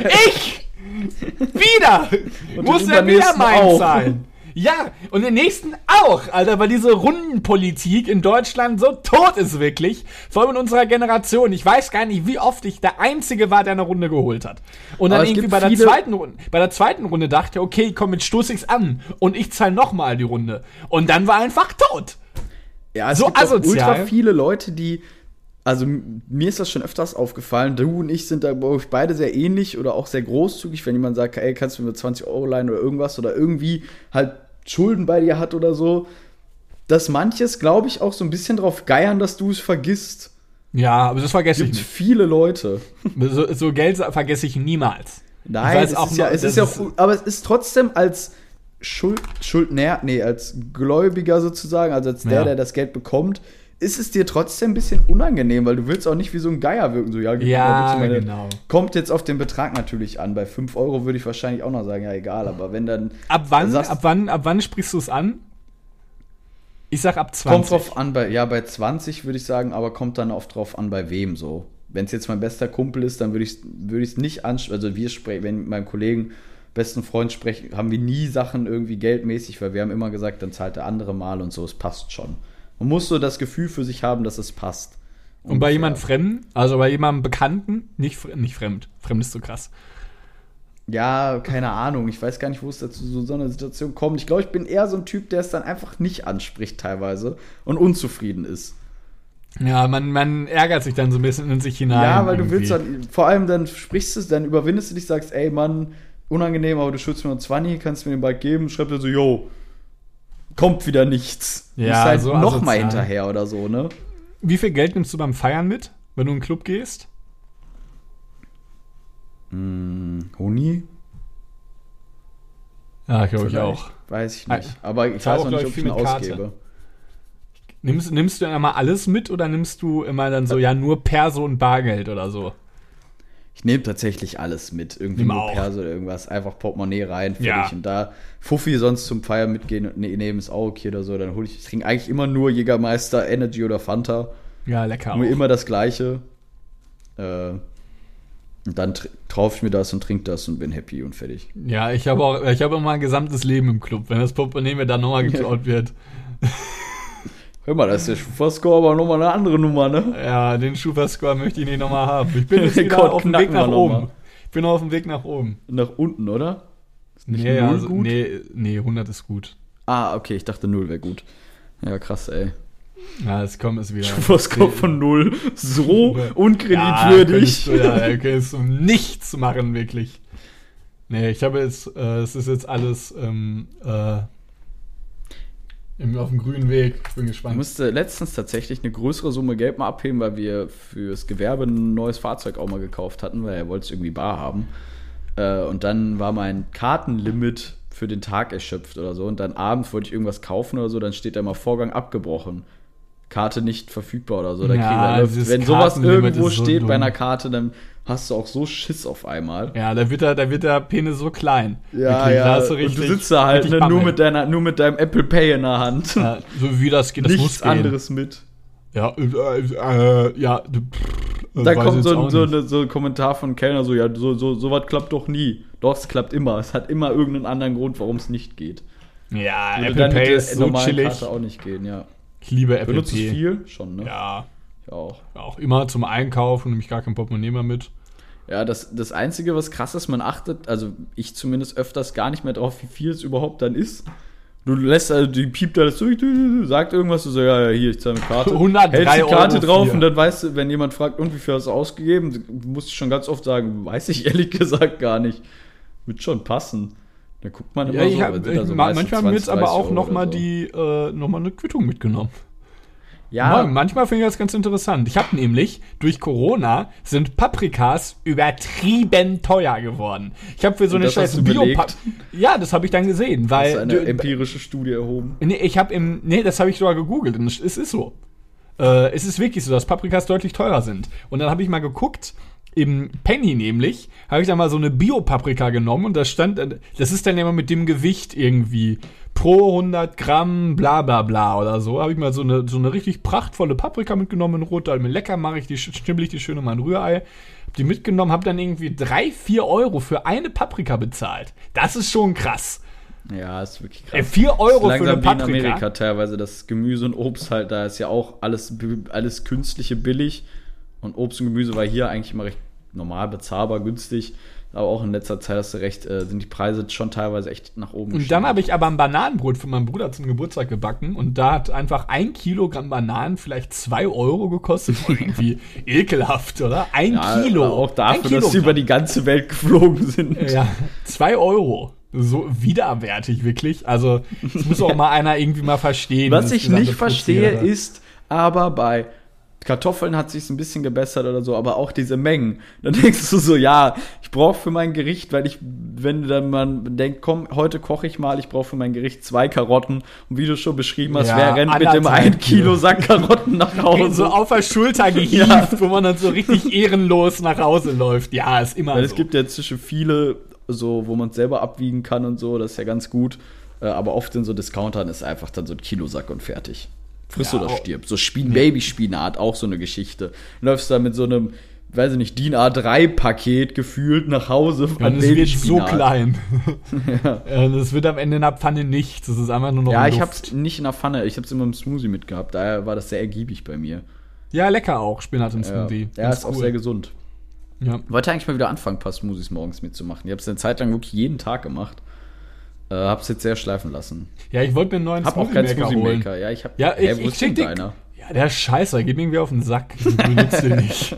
Wieder! Muss er wieder meinen zahlen. Ja, und den nächsten auch, Alter, weil diese Rundenpolitik in Deutschland so tot ist wirklich. Vor allem in unserer Generation. Ich weiß gar nicht, wie oft ich der Einzige war, der eine Runde geholt hat. Und dann irgendwie bei der zweiten Runde dachte, okay, komm, jetzt stoß ich's an. Und ich zahle nochmal die Runde. Und dann war einfach tot. Ja, es gibt auch ultra viele Leute, die... Also mir ist das schon öfters aufgefallen, du und ich sind da beide sehr ähnlich oder auch sehr großzügig, wenn jemand sagt, ey, kannst du mir 20 € leihen oder irgendwas oder irgendwie halt Schulden bei dir hat oder so, dass manches, glaube ich, auch so ein bisschen drauf geiern, dass du es vergisst. Ja, aber das vergesse ich nicht. Viele Leute. So Geld vergesse ich niemals. Nein, aber es ist trotzdem als Schuldner, als Gläubiger sozusagen, also als der das Geld bekommt, ist es dir trotzdem ein bisschen unangenehm, weil du willst auch nicht wie so ein Geier wirken. So, genau. Kommt jetzt auf den Betrag natürlich an. Bei 5 € würde ich wahrscheinlich auch noch sagen, ja, egal. Aber wenn dann... Ab wann sprichst du es an? Ich sag ab 20. Kommt drauf an, bei 20 würde ich sagen, aber kommt dann oft drauf an, bei wem so. Wenn es jetzt mein bester Kumpel ist, dann würde ich es nicht ansprechen. Also wenn ich mit meinem Kollegen, besten Freund spreche, haben wir nie Sachen irgendwie geldmäßig, weil wir haben immer gesagt, dann zahlt der andere mal und so, es passt schon. Man muss so das Gefühl für sich haben, dass es passt. Und bei jemandem Fremden, also bei jemandem Bekannten, nicht fremd. Fremd ist so krass. Ja, keine Ahnung. Ich weiß gar nicht, wo es dazu so eine Situation kommt. Ich glaube, ich bin eher so ein Typ, der es dann einfach nicht anspricht teilweise und unzufrieden ist. Ja, man ärgert sich dann so ein bisschen in sich hinein. Ja, weil du willst dann, vor allem dann sprichst du es, dann überwindest du dich, sagst, ey Mann, unangenehm, aber du schuldest mir noch 20, kannst du mir den bald geben, schreibt er so, yo, kommt wieder nichts. Ja, du bist halt so noch mal hinterher oder so, ne? Wie viel Geld nimmst du beim Feiern mit, wenn du in einen Club gehst? Honi? Ja, glaube ich auch. Weiß ich nicht. Aber ich weiß auch nicht, ob ich ihn ausgebe. Nimmst du dann immer alles mit oder nimmst du immer dann so, nur Perso und Bargeld oder so? Ich nehme tatsächlich alles mit. Irgendwie nur Perso oder irgendwas. Einfach Portemonnaie rein, fertig. Ja. Und da Fuffi sonst zum Feiern mitgehen und nehmen ist auch okay oder so. Dann hole ich trinke eigentlich immer nur Jägermeister, Energy oder Fanta. Ja, lecker nur auch. Immer das Gleiche. Und dann kaufe ich mir das und trinke das und bin happy und fertig. Ja, ich habe immer ein gesamtes Leben im Club, wenn das Portemonnaie mir dann nochmal geklaut wird. Hör mal, das ist der Schufa-Score aber nochmal eine andere Nummer, ne? Ja, den Schufa-Score möchte ich nicht nochmal haben. Ich bin jetzt wieder auf dem Weg nach oben. Ich bin auf dem Weg nach oben. Nach unten, oder? Ist nicht 0 gut? Nee, 100 ist gut. Ah, okay, ich dachte 0 wäre gut. Ja, krass, ey. Ja, es kommt wieder. Schufa-Score von 0. So unkreditwürdig. Ja, könntest du nichts machen, wirklich. Nee, ich habe jetzt, es ist jetzt alles, auf dem grünen Weg. Ich bin gespannt. Ich musste letztens tatsächlich eine größere Summe Geld mal abheben, weil wir fürs Gewerbe ein neues Fahrzeug auch mal gekauft hatten, weil er wollte es irgendwie bar haben. Und dann war mein Kartenlimit für den Tag erschöpft oder so. Und dann abends wollte ich irgendwas kaufen oder so, dann steht da mal Vorgang abgebrochen. Karte nicht verfügbar oder so. Wenn sowas irgendwo steht bei einer Karte, dann hast du auch so Schiss auf einmal. Ja, da wird der Penis so klein. Ja, wirklich, ja. Und du sitzt da halt nur mit deinem Apple Pay in der Hand. Ja, so wie das geht, das nichts anderes mit. Ja, Da kommt so ein Kommentar von Kellner, so, ja, so was klappt doch nie. Doch, es klappt immer. Es hat immer irgendeinen anderen Grund, warum es nicht geht. Ja, Würde Apple dann Pay mit ist der so normalen chillig. Karte auch nicht gehen, ja. Ich liebe Apple Benutzt du Pay. es viel? Schon, ne? Ja, Ich auch. auch immer zum Einkaufen, nehme ich gar kein Portemonnaie mehr mit. Ja, das Einzige, was krass ist, man achtet, also ich zumindest öfters gar nicht mehr drauf, wie viel es überhaupt dann ist. Du lässt, also die piept alles durch, sagt irgendwas, du so, ja, hier, ich zahle mit Karte. 103 hältst die Karte Euro drauf für. und dann weißt du, wenn jemand fragt, und wie viel hast du ausgegeben, musst du schon ganz oft sagen, weiß ich ehrlich gesagt gar nicht. Wird schon passen. Da guckt man immer Manchmal haben wir jetzt aber auch nochmal so. nochmal eine Quittung mitgenommen. Ja, Manchmal finde ich das ganz interessant. Ich habe nämlich, durch Corona sind Paprikas übertrieben teuer geworden. Ich habe für so Und eine das hast scheiß du Bio... belegt? Ja, das habe ich dann gesehen, weil... das ist eine empirische Studie erhoben. Nee, das habe ich sogar gegoogelt und es ist so. Es ist wirklich so, dass Paprikas deutlich teurer sind. Und dann habe ich mal geguckt, im Penny nämlich, habe ich dann mal so eine Bio-Paprika genommen und da stand, das ist dann immer mit dem Gewicht irgendwie pro 100 Gramm bla bla bla oder so, habe ich mal so eine richtig prachtvolle Paprika mitgenommen in Rot, da mir lecker mache ich stimmel ich die schön in mein Rührei, hab die mitgenommen, habe dann irgendwie 3-4 Euro für eine Paprika bezahlt. Das ist schon krass. Ja, ist wirklich krass. 4 Euro ist für eine langsam wie in Paprika. Amerika teilweise, das Gemüse und Obst halt, da ist ja auch alles künstliche billig und Obst und Gemüse war hier eigentlich immer recht normal, bezahlbar, günstig, aber auch in letzter Zeit, hast du recht, sind die Preise schon teilweise echt nach oben Und dann habe ich aber ein Bananenbrot für meinen Bruder zum Geburtstag gebacken und da hat einfach 1 Kilogramm Bananen vielleicht 2 Euro gekostet. Irgendwie ekelhaft, oder? 1 Kilo. Auch dafür, dass sie über die ganze Welt geflogen sind. Ja, 2 Euro. So widerwärtig, wirklich. Also, das muss auch mal einer irgendwie mal verstehen. Was ich nicht verstehe, Prozedere. ist aber bei Kartoffeln hat sich's ein bisschen gebessert oder so, aber auch diese Mengen. Dann denkst du so, ja, ich brauche für mein Gericht, wenn dann man denkt, komm, heute koche ich mal, ich brauche für mein Gericht 2 Karotten. Und wie du schon beschrieben hast, Ja, wer rennt mit dem 1 Kilo Sack Karotten nach Hause? So auf der Schulter gehievt, wo man dann so richtig ehrenlos nach Hause läuft. Ja, ist immer Weil so. es gibt ja zwischen viele, so, wo man es selber abwiegen kann und so, das ist ja ganz gut. Aber oft in so Discountern ist einfach dann so ein Kilosack und fertig. Friss Ja, oder stirb. So Babyspinat, auch so eine Geschichte. Läufst da mit so einem, weiß ich nicht, DIN A3-Paket gefühlt nach Hause Ja, und es wird so klein. Und es wird am Ende in der Pfanne nichts. Das ist einfach nur noch Ja, Luft. ich hab's nicht in der Pfanne, ich hab's immer im Smoothie mitgehabt. Daher war das sehr ergiebig bei mir. Ja, lecker auch, Spinat im Smoothie. Ja, Ganz ist auch sehr gesund. Ja. Wollte eigentlich mal wieder anfangen, ein paar Smoothies morgens mitzumachen. Ich hab's eine Zeit lang wirklich jeden Tag gemacht. Hab's jetzt sehr schleifen lassen. Ja, ich wollte mir einen neuen Hab auch keinen Smoothie-Maker holen. Smoothie-Maker. Ja, ich hab. Ja, wo ich ist schick denn dir. deiner? Ja, der ist scheiße, der geht mir irgendwie auf den Sack. Ich benutze den nicht.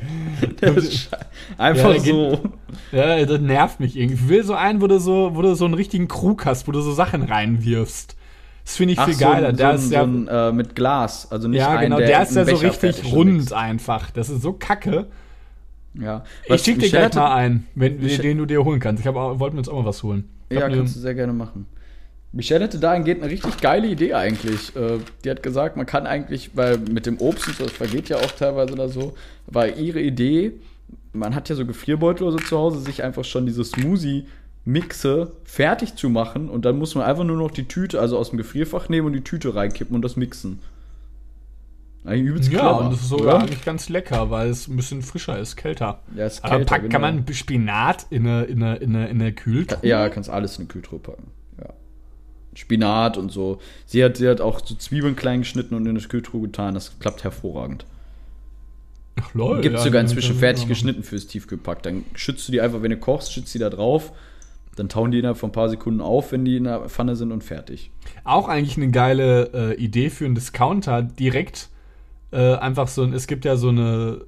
Einfach Ja, so. Ja, das nervt mich irgendwie. Ich will so einen, wo du so einen richtigen Krug hast, wo du so Sachen reinwirfst. Das finde ich viel geiler. Der ist ja mit Glas. Also nicht ja, ein, genau, der ist ja so Becher richtig fertig rund mixt. einfach. Das ist so kacke. Ja. Ich schick dir Michelle gleich mal einen, Michelle- den du dir holen kannst. Wollte mir jetzt auch mal was holen. Ich Ja, hab kannst du sehr gerne machen. Michelle hatte dahingehend eine richtig geile Idee eigentlich. Die hat gesagt, man kann eigentlich, weil mit dem Obst und so, das vergeht ja auch teilweise oder so, war ihre Idee, man hat ja so Gefrierbeutel oder so zu Hause, sich einfach schon diese Smoothie-Mixe fertig zu machen und dann muss man einfach nur noch die Tüte, also aus dem Gefrierfach nehmen und die Tüte reinkippen und das mixen. Eigentlich übelst Ja, clever, und das ist sogar oder? eigentlich ganz lecker, weil es ein bisschen frischer ist, kälter. Ja, ist Aber kälter, kann man Spinat in eine Kühltruhe? Ja, kannst alles in eine Kühltruhe packen. Ja. Spinat und so. Sie hat auch so Zwiebeln klein geschnitten und in eine Kühltruhe getan. Das klappt hervorragend. Ach lol. Gibt ja, sogar dann inzwischen kann ich fertig mal geschnitten fürs Tiefkühlpack. Dann schützt du die einfach, wenn du kochst, schützt die da drauf. Dann tauen die innerhalb von ein paar Sekunden auf, wenn die in der Pfanne sind und fertig. machen. Auch eigentlich eine geile Idee für einen Discounter. Direkt einfach es gibt ja so eine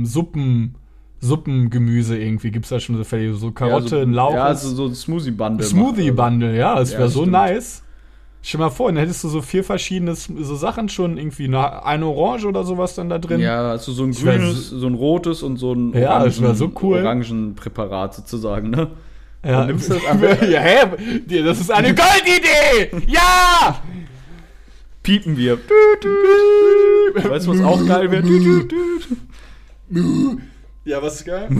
Suppengemüse irgendwie. Gibt es da schon so fertig. So Karotte, ja, Lauch. Ja, so ein Smoothie-Bundle. Smoothie-Bundle, ja. Das wäre Ja, so stimmt. nice. Stell dir mal vor, dann hättest du so 4 verschiedene so Sachen schon, irgendwie eine Orange oder sowas dann da drin. Ja, also so ein Das wär grünes, so ein rotes und so ein Ja, das wär so cool. Orangenpräparat sozusagen, ne? Ja, Dann nimmst du das einfach, ja, hä? Das ist eine Goldidee! Ja! piepen wir. Weißt du, was auch geil wäre? Ja, was ist geil?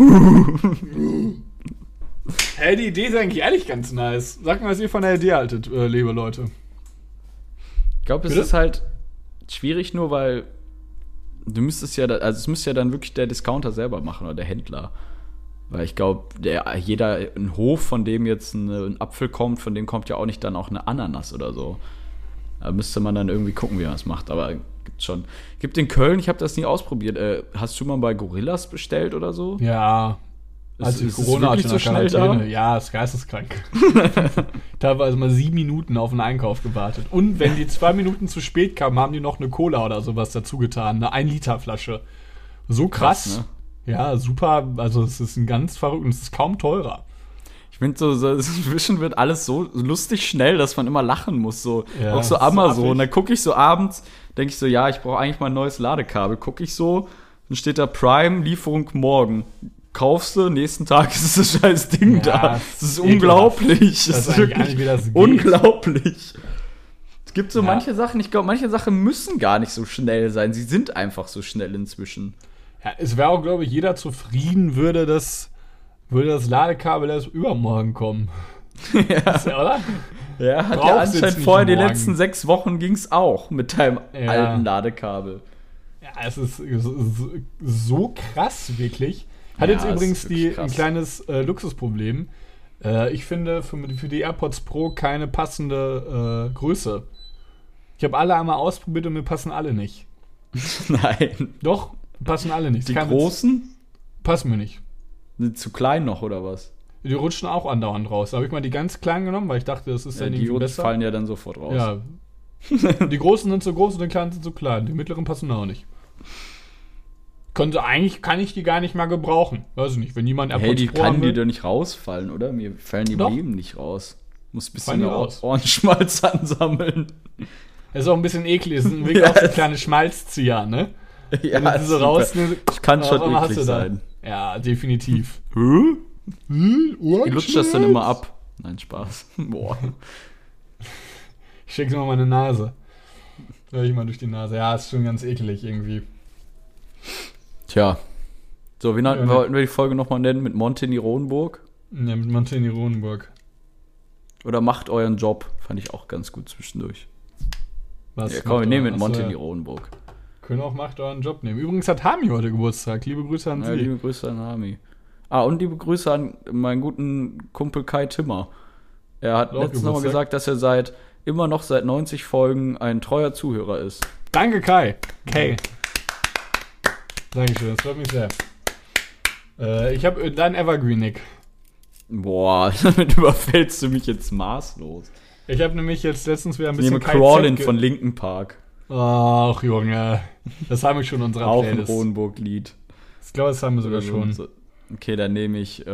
Hey, die Idee ist eigentlich ehrlich ganz nice. Sag mal, was ihr von der Idee haltet, liebe Leute. Ich glaube, es Bitte? ist halt schwierig nur, weil du müsstest ja, also es müsste ja dann wirklich der Discounter selber machen oder der Händler. Weil ich glaube, ein Hof, von dem jetzt ein Apfel kommt, von dem kommt ja auch nicht dann auch eine Ananas oder so. Da müsste man dann irgendwie gucken, wie man das macht. Aber gibt's schon. Gibt in Köln, ich habe das nie ausprobiert. Hast du mal bei Gorillas bestellt oder so? Ja. Also ist Corona wirklich so schnell da? Ja, ist geisteskrank. Teilweise mal 7 Minuten auf einen Einkauf gewartet. Und wenn die 2 Minuten zu spät kamen, haben die noch eine Cola oder sowas dazu getan. Eine 1-Liter-Flasche. So krass. Ne? Ja, super. Also es ist ein ganz verrückt und es ist kaum teurer. Ich finde so inzwischen wird alles so lustig schnell, dass man immer lachen muss. So. Ja, auch so Amazon. Dann gucke ich so abends, denke ich so, ja, ich brauche eigentlich mal ein neues Ladekabel. Gucke ich so, dann steht da Prime, Lieferung morgen. Kaufst du, nächsten Tag ist das scheiß Ding da. Das ist unglaublich. Das ist wirklich wie das geht. Unglaublich. Es gibt so manche Sachen, ich glaube, manche Sachen müssen gar nicht so schnell sein. Sie sind einfach so schnell inzwischen. Ja, es wäre auch, glaube ich, jeder zufrieden, würde das Ladekabel erst übermorgen kommen. Ja. Oder? Ja, hat ja anscheinend vorher die letzten 6 Wochen ging's auch mit deinem alten Ladekabel. Ja, es ist so krass, wirklich. Hat jetzt übrigens ein kleines Luxusproblem. Ich finde für die AirPods Pro keine passende Größe. Ich habe alle einmal ausprobiert und mir passen alle nicht. Nein. Doch, passen alle nicht. Die großen? Passen mir nicht. Sind zu klein noch, oder was? Die rutschen auch andauernd raus. Da habe ich mal die ganz kleinen genommen, weil ich dachte, das ist dann irgendwie besser. Die fallen ja dann sofort raus. Ja. Die großen sind so groß und die kleinen sind so klein. Die mittleren passen auch nicht. Kann ich die gar nicht mal gebrauchen. Weiß ich nicht, wenn jemand AirPods die Pro kann die doch nicht rausfallen, oder? Mir fallen die Leben nicht raus. Muss ein bisschen Ohrenschmalz ansammeln. Das ist auch ein bisschen eklig. Das sind wirklich auch so kleine Schmalzzieher, ne? Ja, wenn du so rausnimmst, kann schon eklig sein. Ja, definitiv. Ich lutsche das dann immer ab. Nein, Spaß. Boah. Ich steck's mal meine Nase. Hör ich mal durch die Nase. Ja, ist schon ganz eklig irgendwie. Tja. So, wollten wir die Folge nochmal nennen? Mit Montenegro-Ronburg? Ja, mit Montenegro-Ronburg. Oder macht euren Job. Fand ich auch ganz gut zwischendurch. Was? Ja, komm, wir nehmen mit Montenegro-Ronburg. Können auch macht euren Job nehmen. Übrigens hat Hami heute Geburtstag. Liebe Grüße an Sie. Ja, liebe Grüße an Hami. Und liebe Grüße an meinen guten Kumpel Kai Timmer. Er hat letztens nochmal gesagt, dass er immer noch seit 90 Folgen ein treuer Zuhörer ist. Danke, Kai. Dankeschön, das freut mich sehr. Ich habe deinen Evergreen, Nick. Boah, damit überfällst du mich jetzt maßlos. Ich habe nämlich jetzt letztens wieder ein bisschen Crawlin von Linkin Park. Ach, Junge. Das haben wir schon in unserer auch Playlist. Auch ein Ronburg-Lied. Ich glaube, das haben wir sogar schon. Okay, dann nehme ich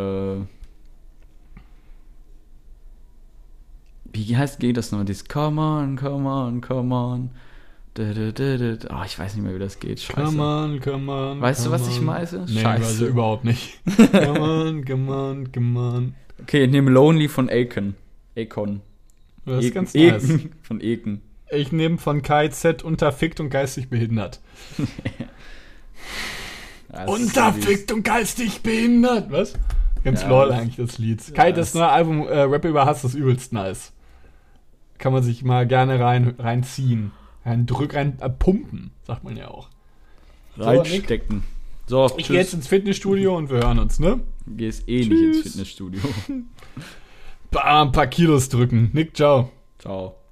wie geht das noch? Dieses Come on, come on, come on. Ich weiß nicht mehr, wie das geht. Scheiße. Come on. Weißt du, was ich meine? Nee, Scheiße. Also überhaupt nicht. Come on. Okay, ich nehme Lonely von Akon. Das ist ganz nice. Von Eken. Ich nehme von KZ Unterfickt und geistig behindert. Unterfickt und geistig behindert. Was? Ganz lol eigentlich, das Lied. Kai, das neue Album Rap über Hass ist übelst nice. Kann man sich mal gerne reinziehen. Pumpen, sagt man ja auch. Reinstecken. So, ich gehe jetzt ins Fitnessstudio und wir hören uns, ne? Du gehst nicht ins Fitnessstudio. Ein paar Kilos drücken. Nick, ciao. Ciao.